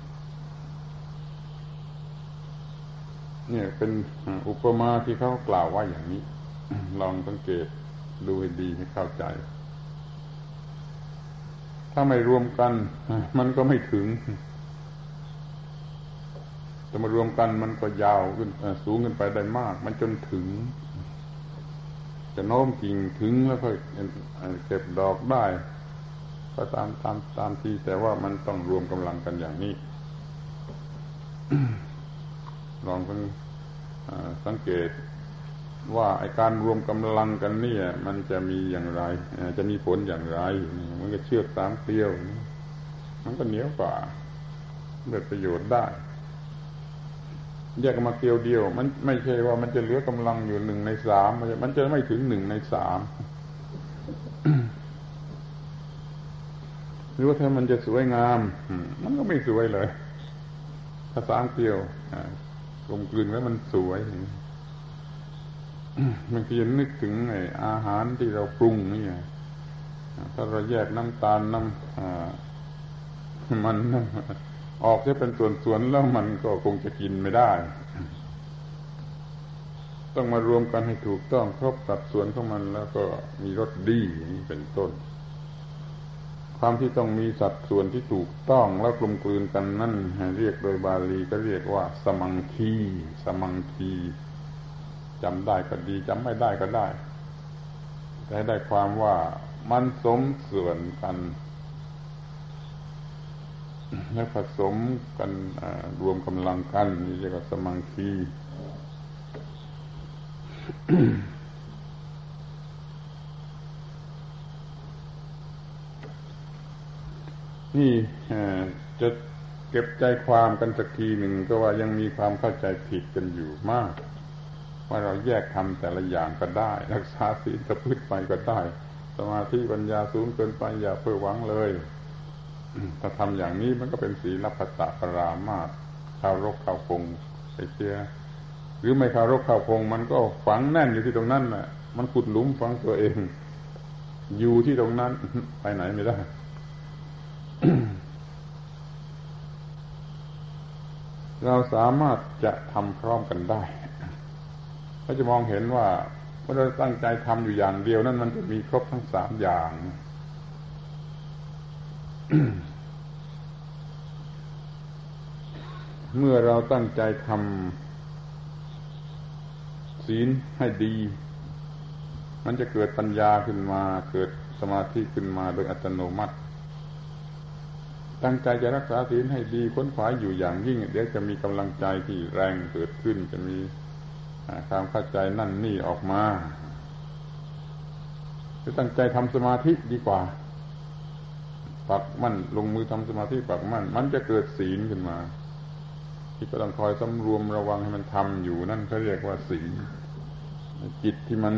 เนี่ยเป็นอุปมาที่เขากล่าวว่าอย่างนี้ ลองสังเกตดูให้ดีให้เข้าใจถ้าไม่รวมกันมันก็ไม่ถึงแต่มารวมกันมันก็ยาวขึ้นสูงขึ้นไปได้มากมันจนถึงจะโน้มกิ่งถึงแล้วก็เก็บดอกได้ก็ตามตามตามที่แต่ว่ามันต้องรวมกำลังกันอย่างนี้ ลองสังเกตว่าไอ้การรวมกำลังกันเนี่ยมันจะมีอย่างไรจะมีผลอย่างไรมันก็เชือกสามเกลียวมันก็เหนียวกว่าเกิดประโยชน์ได้แยกมาเกลียวเดียวมันไม่ใช่ว่ามันจะเหลือกำลังอยู่หนึ่งในสามมันจะไม่ถึงหนึ่งในสาม หรือว่าถ้ามันจะสวยงามมันก็ไม่สวยเลยถ้าสามเกลียวกลมกลืนแล้วมันสวยมันคือนึกถึงไอ้อาหารที่เราปรุงนี่ถ้าเราแยกน้ำตาลน้ำมันออกจะเป็นส่วนๆแล้วมันก็คงจะกินไม่ได้ต้องมารวมกันให้ถูกต้องครบสัดส่วนของมันแล้วก็มีรสดีนี่เป็นต้นความที่ต้องมีสัดส่วนที่ถูกต้องแล้วกลมกลืนกันนั่นเรียกโดยบาลีก็เรียกว่าสมังคีสมังคีจำได้ก็ดีจำไม่ได้ก็ได้แต่ได้ความว่ามันสมส่วนกันและผสมกันรวมกำลังกันนี่เรียกว่าสมังคี นี่จะเก็บใจความกันสักทีหนึ่งก็ว่ายังมีความเข้าใจผิดกันอยู่มากว่าเราแยกทำแต่ละอย่างก็ได้รักษาศีลประพฤติไปก็ได้สมาธิปัญญาสูงเกินไปอย่าเพ้อหวังเลยถ้าทำอย่างนี้มันก็เป็นศีลพัตตปรามาสเคารพเข้าคงไอ้เสียหรือไม่เคารพเข้าคงมันก็ฝังแน่นอยู่ที่ตรงนั้นน่ะมันขุดหลุมฝังตัวเองอยู่ที่ตรงนั้นไปไหนไม่ได้ เราสามารถจะทำพร้อมกันได้เราจะมองเห็นว่าเมื่อเราตั้งใจทำอยู่อย่างเดียวนั้นมันจะมีครบทั้งสามอย่าง เมื่อเราตั้งใจทำศีลให้ดีมันจะเกิดปัญญาขึ้นมาเกิดสมาธิขึ้นมาโดยอัตโนมัติตั้งใจจะรักษาศีลให้ดีค้นขวายอยู่อย่างยิ่งเดี๋ยวจะมีกำลังใจที่แรงเกิดขึ้นจะมีความเข้าใจนั่นนี่ออกมาจะตั้งใจทำสมาธิดีกว่าปักมั่นลงมือทำสมาธิปักมั่นมันจะเกิดศีลขึ้นมาที่ก็ต้องคอยสำรวมระวังให้มันทำอยู่นั่นเขาเรียกว่าศีลจิตที่มัน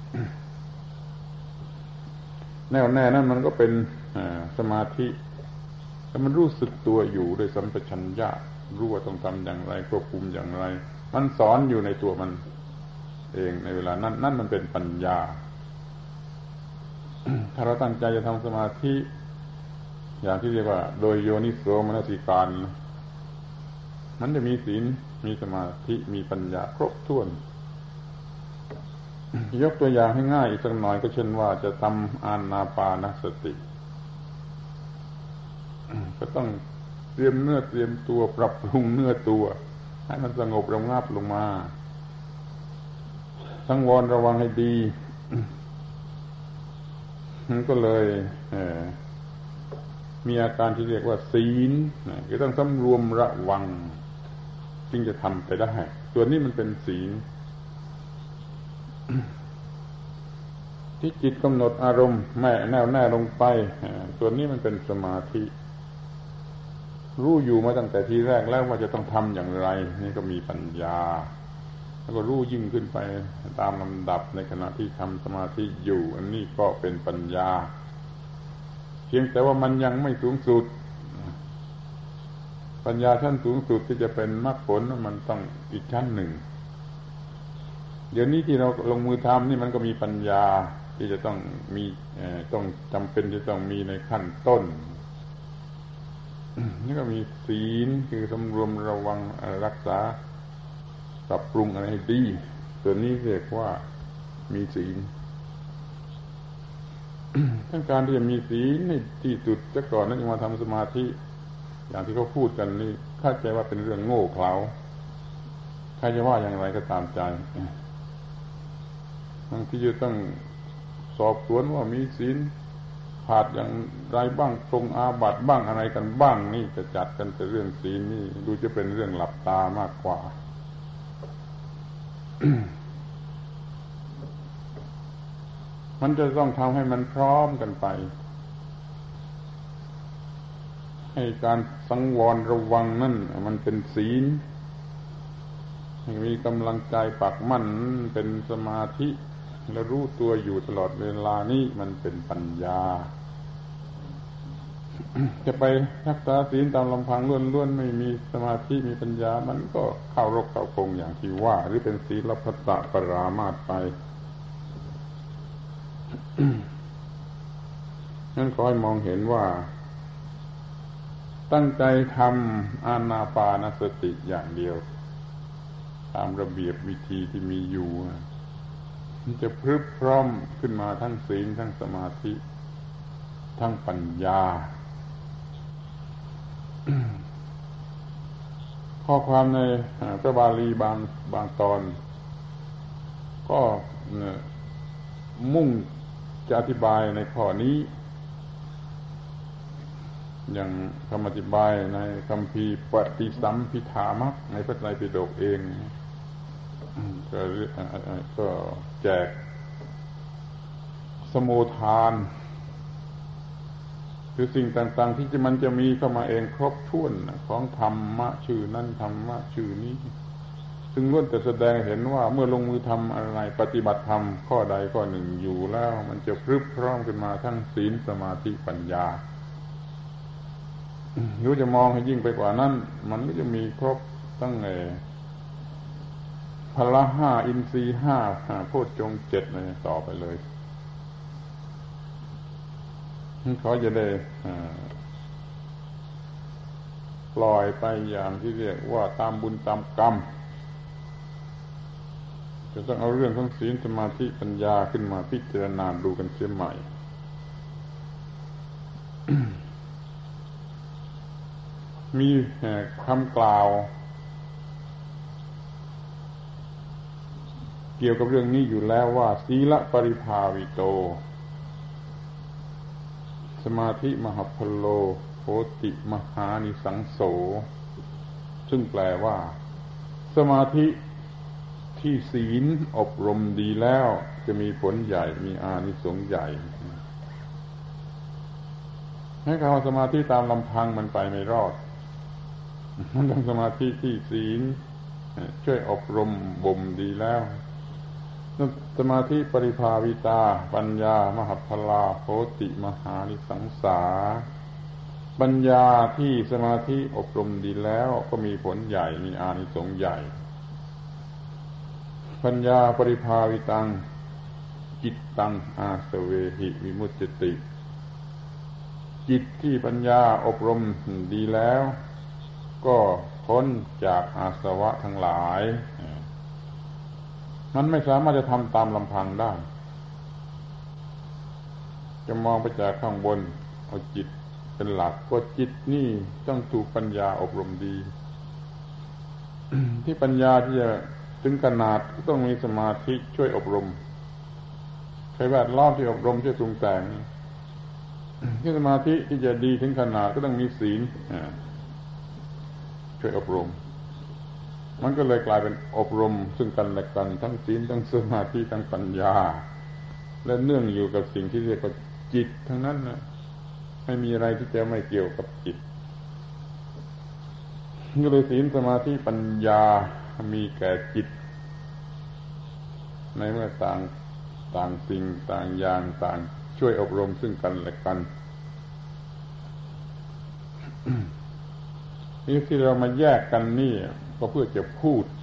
แน่วแน่นั่นมันก็เป็นสมาธิแต่มันรู้สึกตัวอยู่โดยสัมปชัญญะรู้ว่าต้องทำอย่างไรควบคุมอย่างไรมันสอนอยู่ในตัวมันเองในเวลานั้นนั่นมันเป็นปัญญา ถ้าเราตั้งใจจะทำสมาธิอย่างที่เรียกว่าโดยโยนิโสมนสิการมันจะมีศีลมีสมาธิมีปัญญาครบถ้วน ยกตัวอย่างให้ง่ายอีกสักหน่อยก็เช่นว่าจะทำอานาปานสติก็ต้องเตรียมเนื้อเตรียมตัวปรับปรุงเนื้อตัวให้มันสงบระงับลงมาสังวรระวังให้ดีมันก็เลยมีอาการที่เรียกว่าศีลคือต้องสำรวมระวังจึงจะทำไปได้ส่วนนี้มันเป็นศีลที่จิตกำหนดอารมณ์แม่แน่วแน่ลงไปส่วนนี้มันเป็นสมาธิรู้อยู่มาตั้งแต่ทีแรกแล้วว่าจะต้องทำอย่างไรนี่ก็มีปัญญาแล้วก็รู้ยิ่งขึ้นไปตามลำดับในขณะที่ทำสมาธิอยู่อันนี้ก็เป็นปัญญาเพียงแต่ว่ามันยังไม่สูงสุดปัญญาชั้นสูงสุดที่จะเป็นมรรคผลมันต้องอีกชั้นหนึ่งเดี๋ยวนี้ที่เราลงมือทำนี่มันก็มีปัญญาที่จะต้องมีต้องจำเป็นจะต้องมีในขั้นต้นนี่ก็มีศีลคือสำรวมระวังรักษาปรับปรุงอะไรให้ดีตัวนี้เรียกว่ามีศีลทั้งการที่จะมีศีลในที่สุดซะก่อนนั้นจะมาทำสมาธิอย่างที่เขาพูดกันนี่เข้าใจว่าเป็นเรื่องโง่เขลาใครจะว่าอย่างไรก็ตามใจบางทีจะต้องสอบสวนว่ามีศีลขาดอย่างไรบ้างตรงอาบัติบ้างอะไรกันบ้างนี่จะจัดกันแต่เรื่องศีลนี่ดูจะเป็นเรื่องหลับตามากกว่า มันจะต้องทำให้มันพร้อมกันไปให้การสังวรระวังนั่นมันเป็นศีลให้มีกำลังใจปักมั่นเป็นสมาธิและรู้ตัวอยู่ตลอดเวลานี้มันเป็นปัญญา จะไปรักษาศีลตามลำพังล้วนๆไม่มีสมาธิมีปัญญามันก็เข้ารกเข้าพงอย่างที่ว่าหรือเป็นศีลพัตตปรามาสไป นั้นขอให้มองเห็นว่าตั้งใจทำอานาปานสติอย่างเดียวตามระเบียบวิธีที่มีอยู่มันจะพรึบพร้อมขึ้นมาทั้งศีลทั้งสมาธิทั้งปัญญา ข้อความในพระบาลีบางบางตอนก็มุ่งจะอธิบายในข้อนี้อย่างคำอธิบายในคัมภีร์ปฏิสัมภิธามัคในพระไตรปิฎกเองก็ก็แจกสมุทานคือสิ่งต่างๆที่จะมันจะมีเข้ามาเองครบถ้วนของธรรมะชื่อนั้นธรรมะชื่อนี้ซึ่งล้วนแต่แสดงเห็นว่าเมื่อลงมือทำอะไรปฏิบัติธรรมข้อใดข้อหนึ่งอยู่แล้วมันจะพรึบพร้อมขึ้นมาทั้งศีลสมาธิปัญญาหรือจะมองให้ยิ่งไปกว่านั้นมันก็จะมีครบตั้งแต่พละห้าอินทรีย์ห้าโพชฌงค์เจ็ดเลยต่อไปเลยเขาจะได้ปล่อยไปอย่างที่เรียกว่าตามบุญตามกรรมจะต้องเอาเรื่องของศีลสมาธิปัญญาขึ้นมาพิจารณาดูกันเสียใหม่ มีคำกล่าวเกี่ยวกับเรื่องนี้อยู่แล้วว่าศีลปริภาวิโตสมาธิมหพโลโหติมหานิสังโสซึ่งแปลว่าสมาธิที่ศีลอบรมดีแล้วจะมีผลใหญ่มีอานิสงส์ใหญ่ให้คำว่าสมาธิตามลำพังมันไปไม่รอดมันต้องสมาธิที่ศีลช่วยอบรมบ่มดีแล้วสมาธิปริภาวิตาปัญญามหพลาโหติมหานิสังสาปัญญาที่สมาธิอบรมดีแล้วก็มีผลใหญ่มีอานิสงส์ใหญ่ปัญญาปริภาวิตังจิตตังอาสเวหิวิมุตติจิตที่ปัญญาอบรมดีแล้วก็พ้นจากอาสวะทั้งหลายมันไม่สามารถจะทำตามลำพังได้จะมองไปจากข้างบนเอาจิตเป็นหลักก็จิตนี่ต้องถูกปัญญาอบรมดี ที่ปัญญาที่จะถึงขนาดก็ต้องมีสมาธิช่วยอบรมใช้แวดล้อมที่อบรมช่วยปรุงแต่งที่สมาธิที่จะดีถึงขนาดก็ต้องมีศีลช่วยอบรมมันก็เลยกลายเป็นอบรมซึ่งกันและกันทั้งศีลทั้งสมาธิทั้งปัญญาและเนื่องอยู่กับสิ่งที่เรียกว่าจิตทั้งนั้นนะไม่มีอะไรที่จะไม่เกี่ยวกับจิตก็เลยศีลสมาธิปัญญามีแก่จิตในเมื่อต่างต่างสิ่งต่างอย่างต่างช่วยอบรมซึ่งกันและกันนี่ที่เรามาแยกกันนี่ก็เพื่อจะพูด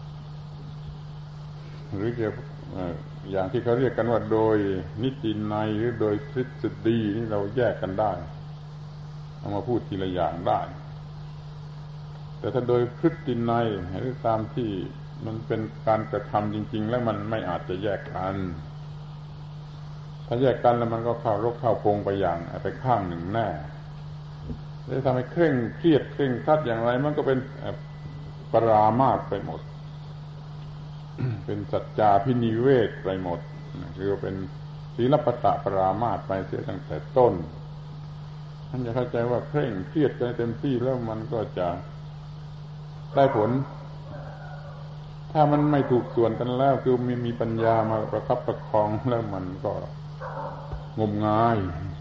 หรือจะอย่างที่เขาเรียกกันว่าโดยนิตินัยหรือโดยทฤษฎีนี่เราแยกกันได้เอามาพูดทีละอย่างได้แต่ถ้าโดยพฤตินัยหรือตามที่มันเป็นการกระทำจริงๆแล้วมันไม่อาจจะแยกกันถ้าแยกกันแล้วมันก็เข้ารกเข้าพงไปอย่างไปข้างหนึ่งแน่จะทำให้เคร่งเครียดเคร่งครัดอย่างไรมันก็เป็นปรามาสไปหมด เป็นสัจจาภินิเวศไปหมดคือเป็นศีลปตะปรามาสไปเสียตั้งแต่ต้นท่านจะเข้าใจว่าเคร่งเครียดกันเต็มที่แล้วมันก็จะได้ผลถ้ามันไม่ถูกส่วนกันแล้วคือมีมีปัญญามาประคับประคองแล้วมันก็งมงาย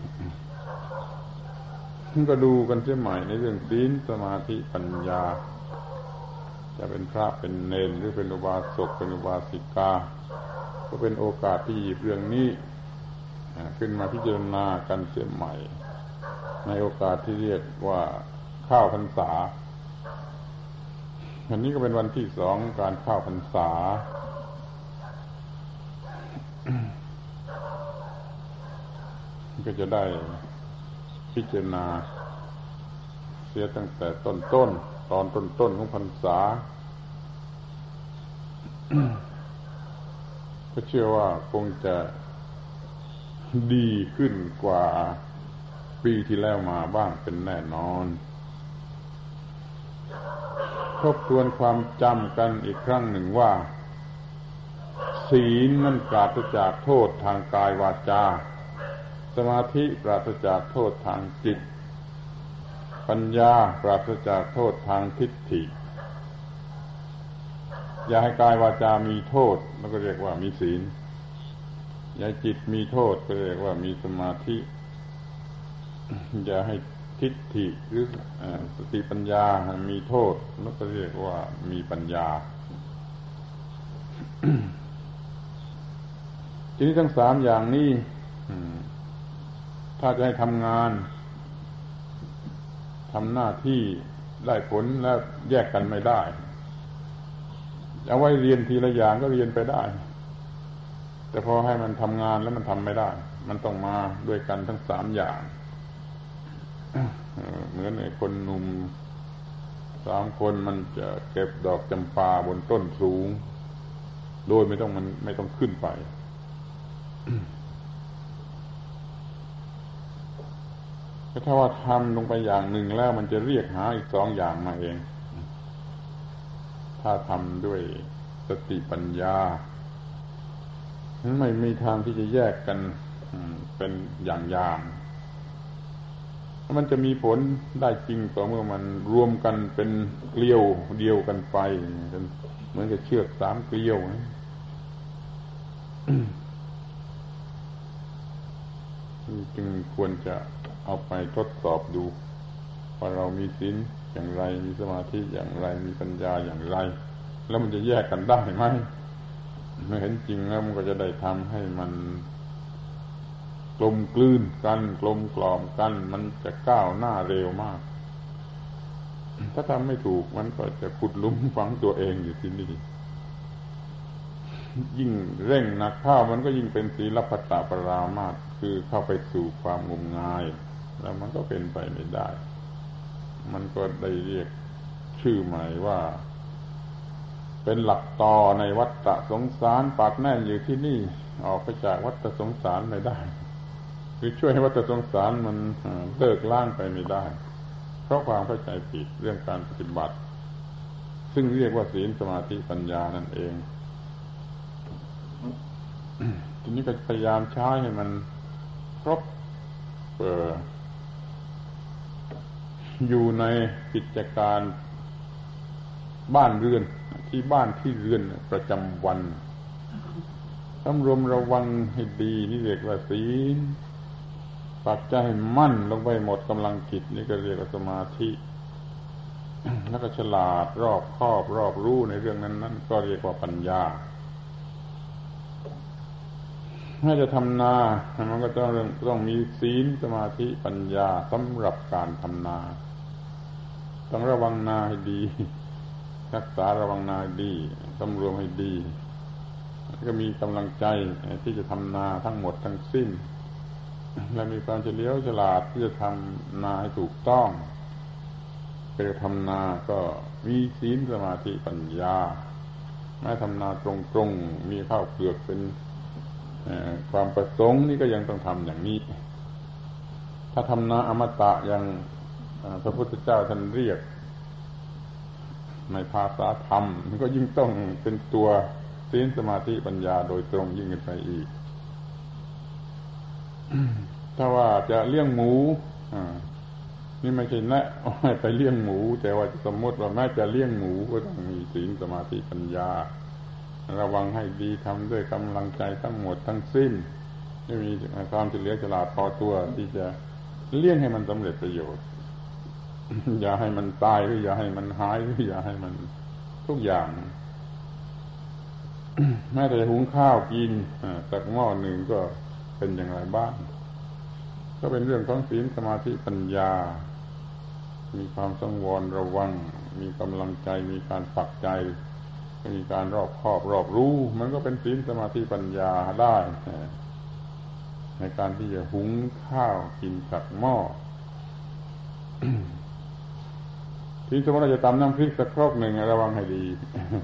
ก็ดูกันเสียใหม่ในเรื่องศีลสมาธิปัญญาจะเป็นพระเป็นเณรหรือเป็นอุบาสกเป็นอุบาสิกาก็เป็นโอกาสที่หยิบเรื่องนี้ขึ้นมาพิจารณากันเสียใหม่ในโอกาสที่เรียกว่าเข้าพรรษาวันนี้ก็เป็นวันที่สองการเข้าพรรษาก็จะได้พิจารณาเสียตั้งแต่ต้นต้นตอนต้นต้นของพรรษา ก็เชื่อว่าคงจะดีขึ้นกว่าปีที่แล้วมาบ้างเป็นแน่นอนทบทวนความจำกันอีกครั้งหนึ่งว่าศีลนั้นปราศจากโทษทางกายวาจาสมาธิปราศจากโทษทางจิตปัญญาปราศจากโทษทางทิฏฐิอย่าให้กายวาจามีโทษแล้วก็เรียกว่ามีศีลอย่าให้จิตมีโทษก็เรียกว่ามีสมาธิอย่าให้ทิฏฐิหรือสติปัญญามีโทษแล้วก็เรียกว่ามีปัญญา ทีนี้ทั้งสามอย่างนี้ถ้าจะให้ทำงานทำหน้าที่ได้ผลแล้วแยกกันไม่ได้เอาไว้เรียนทีละอย่างก็เรียนไปได้แต่พอให้มันทำงานแล้วมันทำไม่ได้มันต้องมาด้วยกันทั้งสามอย่างเหมือนไอ้คนหนุ่มสามคนมันจะเก็บดอกจำปาบนต้นสูงโดยไม่ต้องมันไม่ต้องขึ้นไปถ้าว่าทำลงไปอย่างหนึ่งแล้วมันจะเรียกหาอีกสองอย่างมาเองถ้าทำด้วยสติปัญญาไม่มีทางที่จะแยกกันเป็นอย่างๆมันจะมีผลได้จริงต่อเมื่อมันรวมกันเป็นเกลียวเดียวกันไปเหมือนกับเชือกสามเกลียวจึงควรจะเอาไปทดสอบดูว่าเรามีศีลอย่างไรมีสมาธิอย่างไรมีปัญญาอย่างไรแล้วมันจะแยกกันได้ไหมเมื่อเห็นจริงแล้วมันก็จะได้ทำให้มันกลมกลืนกันกลมกล่อมกันมันจะก้าวหน้าเร็วมากถ้าทำไม่ถูกมันก็จะขุดหลุมฝังตัวเองอยู่ที่นี่ยิ่งเร่งหนักเข้ามันก็ยิ่งเป็นศีลพัตตปรามาสคือเข้าไปสู่ความงมงายแล้วมันก็เป็นไปไม่ได้มันก็ได้เรียกชื่อใหม่ว่าเป็นหลักต่อในวัฏสงสารปากแน่นอยู่ที่นี่ออกไปจากวัฏสงสารไม่ได้คือช่วยให้วัฏสงสารมันเลิกล้างไปไม่ได้เพราะความเข้าใจผิดเรื่องการปฏิบัติซึ่งเรียกว่าศีลสมาธิปัญญานั่นเองทีนี้ก็พยายามใช้ให้มันครบเอ่ออยู่ในกิจการบ้านเรือนที่บ้านที่เรือนประจำวันสำรวมระวังให้ดีนี่เรียกว่าศีลปักใจให้มั่นลงไปหมดกำลังจิตนี่ก็เรียกว่าสมาธิแล้วก็ฉลาดรอบคอบรอบรู้ในเรื่องนั้นๆก็เรียกว่าปัญญาถ้าจะทำนามันก็ต้องต้องมีศีลสมาธิปัญญาสำหรับการทำนาต้องระวังนาให้ดีรักษาระวังนาให้ดีสำรวมให้ดีก็มีกำลังใจที่จะทำนาทั้งหมดทั้งสิ้นและมีความเฉลียวฉลาดที่จะทำนาให้ถูกต้องเป็นทำนาก็มีศีลสมาธิปัญญาไม่ทำนาตรงๆมีข้าวเปลือกเป็นความประสงค์นี่ก็ยังต้องทำอย่างนี้ถ้าทำนาอมตะอย่างพระพุทธเจ้าท่านเรียกในภาษาธรรมมันก็ยิ่งต้องเป็นตัวศีลสมาธิปัญญาโดยตรงยิ่งขึ้นไปอีกถ้าว่าจะเลี้ยงหมูนี่ไม่ใช่แนะให้ไปเลี้ยงหมูแต่ว่าสมมติว่าแม้จะเลี้ยงหมูก็ต้องมีศีลสมาธิปัญญาระวังให้ดีทำด้วยกำลังใจทั้งหมดทั้งสิ้นไม่มีความเฉลียวฉลาดพอตัวที่จะเลี้ยงให้มันสำเร็จประโยชน์อย่าให้มันตายหรืออย่าให้มันหายหรืออย่าให้มันทุกอย่างแม้แต่หุงข้าวกินสักหม้อหนึ่งก็เป็นอย่างไรบ้างก็เป็นเรื่องของศีลสมาธิปัญญามีความสังวรระวังมีกำลังใจมีการฝักใจมีการรอบคอบรอบรู้มันก็เป็นศีลสมาธิปัญญาได้ในการที่จะหุงข้าวกินสักหม้อที่สมมติเราจะตำน้ำพริกสักครกหนึ่งระวังให้ดี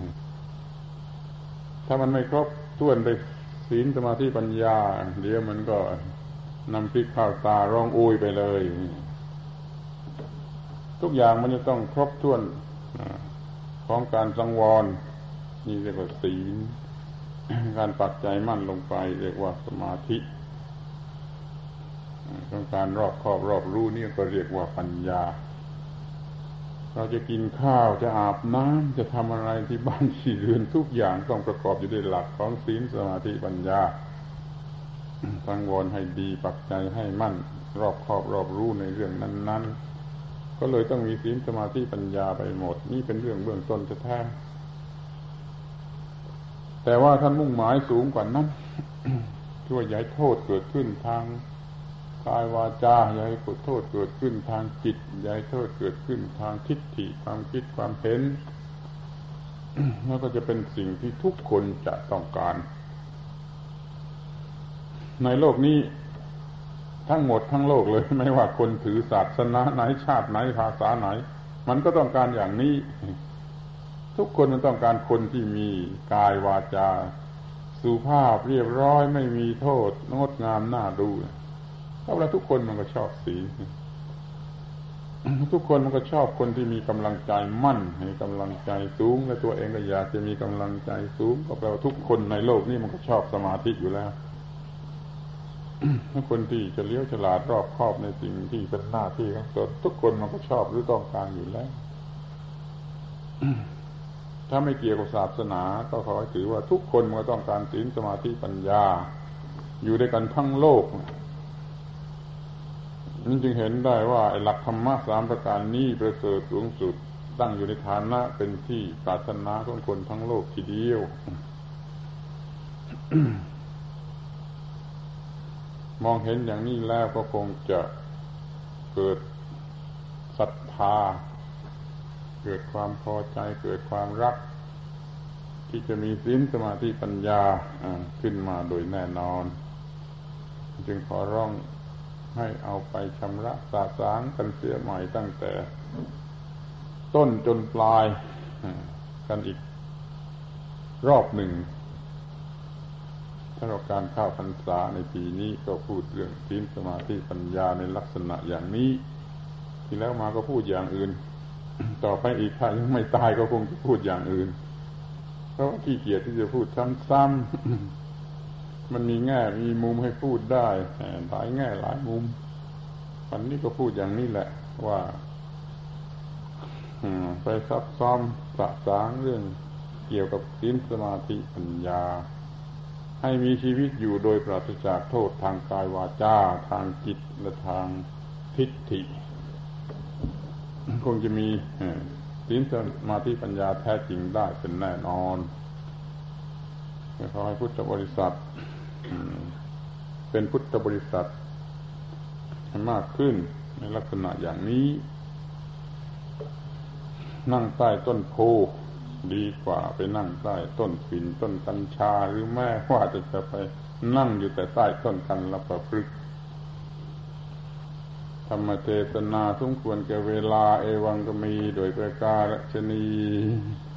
ถ้ามันไม่ครบถ้วนไปศีลสมาธิปัญญาเดี๋ยวมันก็น้ำพริกข้าวตาร้องโอยไปเลยทุกอย่างมันจะต้องครบถ้วนของการสังวรนี่เรียกว่าศีลการปักใจมั่นลงไปเรียกว่าสมาธิของการรอบคอบรอบรู้นี่ก็เรียกว่าปัญญาเราจะกินข้าวจะอาบน้ำจะทำอะไรที่บ้านที่เรือนทุกอย่างต้องประกอบอยู่ด้วยหลักของศีลสมาธิปัญญาสังวรให้ดีปักใจให้มั่นรอบคอบรอบรู้ในเรื่องนั้นๆก็เลยต้องมีศีลสมาธิปัญญาไปหมดนี่เป็นเรื่องเบื้องต้นแท้ๆแต่ว่าท่านมุ่งหมายสูงกว่านั้น ช่วยอย่าให้โทษเกิดขึ้นทางกายวาจาอย่าให้โทษเกิดขึ้นทางจิตอย่าให้โทษเกิดขึ้นทางทิฏฐิความคิดความเห็น แล้วก็จะเป็นสิ่งที่ทุกคนจะต้องการในโลกนี้ทั้งหมดทั้งโลกเลยไม่ว่าคนถือศาสนาไหนชาติไหนภาษาไหนมันก็ต้องการอย่างนี้ทุกคนมันต้องการคนที่มีกายวาจาสุภาพเรียบร้อยไม่มีโทษงดงามน่าดูเพราะว่าทุกคนมันก็ชอบศีลทุกคนมันก็ชอบคนที่มีกำลังใจมั่นมีกำลังใจสูงและตัวเองก็อยากจะมีกำลังใจสูงก็แปลว่าทุกคนในโลกนี้มันก็ชอบสมาธิอยู่แล้วถ้าคนที่จะเลี้ยวฉลาดรอบคอบในสิ่งที่เป็นหน้าที่ของตนทุกคนมันก็ชอบหรือต้องการอยู่แล้วถ้าไม่เกี่ยวกับศาสนาก็ขอให้ถือว่าทุกคนมันก็ต้องการศีลสมาธิปัญญาอยู่ด้วยกันทั้งโลกนี่จึงเห็นได้ว่าไอ้หลักธรรมะสามประการนี้ประเสริฐสูงสุดตั้งอยู่ในฐานะเป็นที่ปรารถนาของคนทั้งโลกทีเดียว มองเห็นอย่างนี้แล้วก็คงจะเกิดศรัทธาเกิดความพอใจเกิดความรักที่จะมีศีลสมาธิปัญญาขึ้นมาโดยแน่นอนจึงขอร้องให้เอาไปชำระสาสางกันเสียใหม่ตั้งแต่ต้นจนปลายกันอีกรอบหนึ่งสำหรับการเข้าพรรษาในปีนี้ก็พูดเรื่องศีลสมาธิปัญญาในลักษณะอย่างนี้ที่แล้วมาก็พูดอย่างอื่นต่อไปอีกถ้ายังไม่ตายก็คงจะพูดอย่างอื่นเพราะขี้เกียจที่จะพูดซ้ำๆมันมีแง่มีมุมให้พูดได้หลายแง่หลายมุมวันนี้ก็พูดอย่างนี้แหละว่าไปซักซ้อมสะสางเรื่องเกี่ยวกับศีลสมาธิปัญญาให้มีชีวิตอยู่โดยปราศจากโทษทางกายวาจาทางจิตและทางทิฏฐิคงจะมีศีลสมาธิปัญญาแท้จริงได้เป็นแน่นอนขอให้พุทธบริษัทเป็นพุทธบริษัทให้มากขึ้นในลักษณะอย่างนี้นั่งใต้ต้นโพดีกว่าไปนั่งใต้ต้นฝิ่นต้นกัญชาหรือแม้ว่าจะจะไปนั่งอยู่แต่ใต้ต้นกัญปพฤกษ์ธรรมเทศนาสมควรแก่เวลาเอวังก็มีโดยประการฉะนี้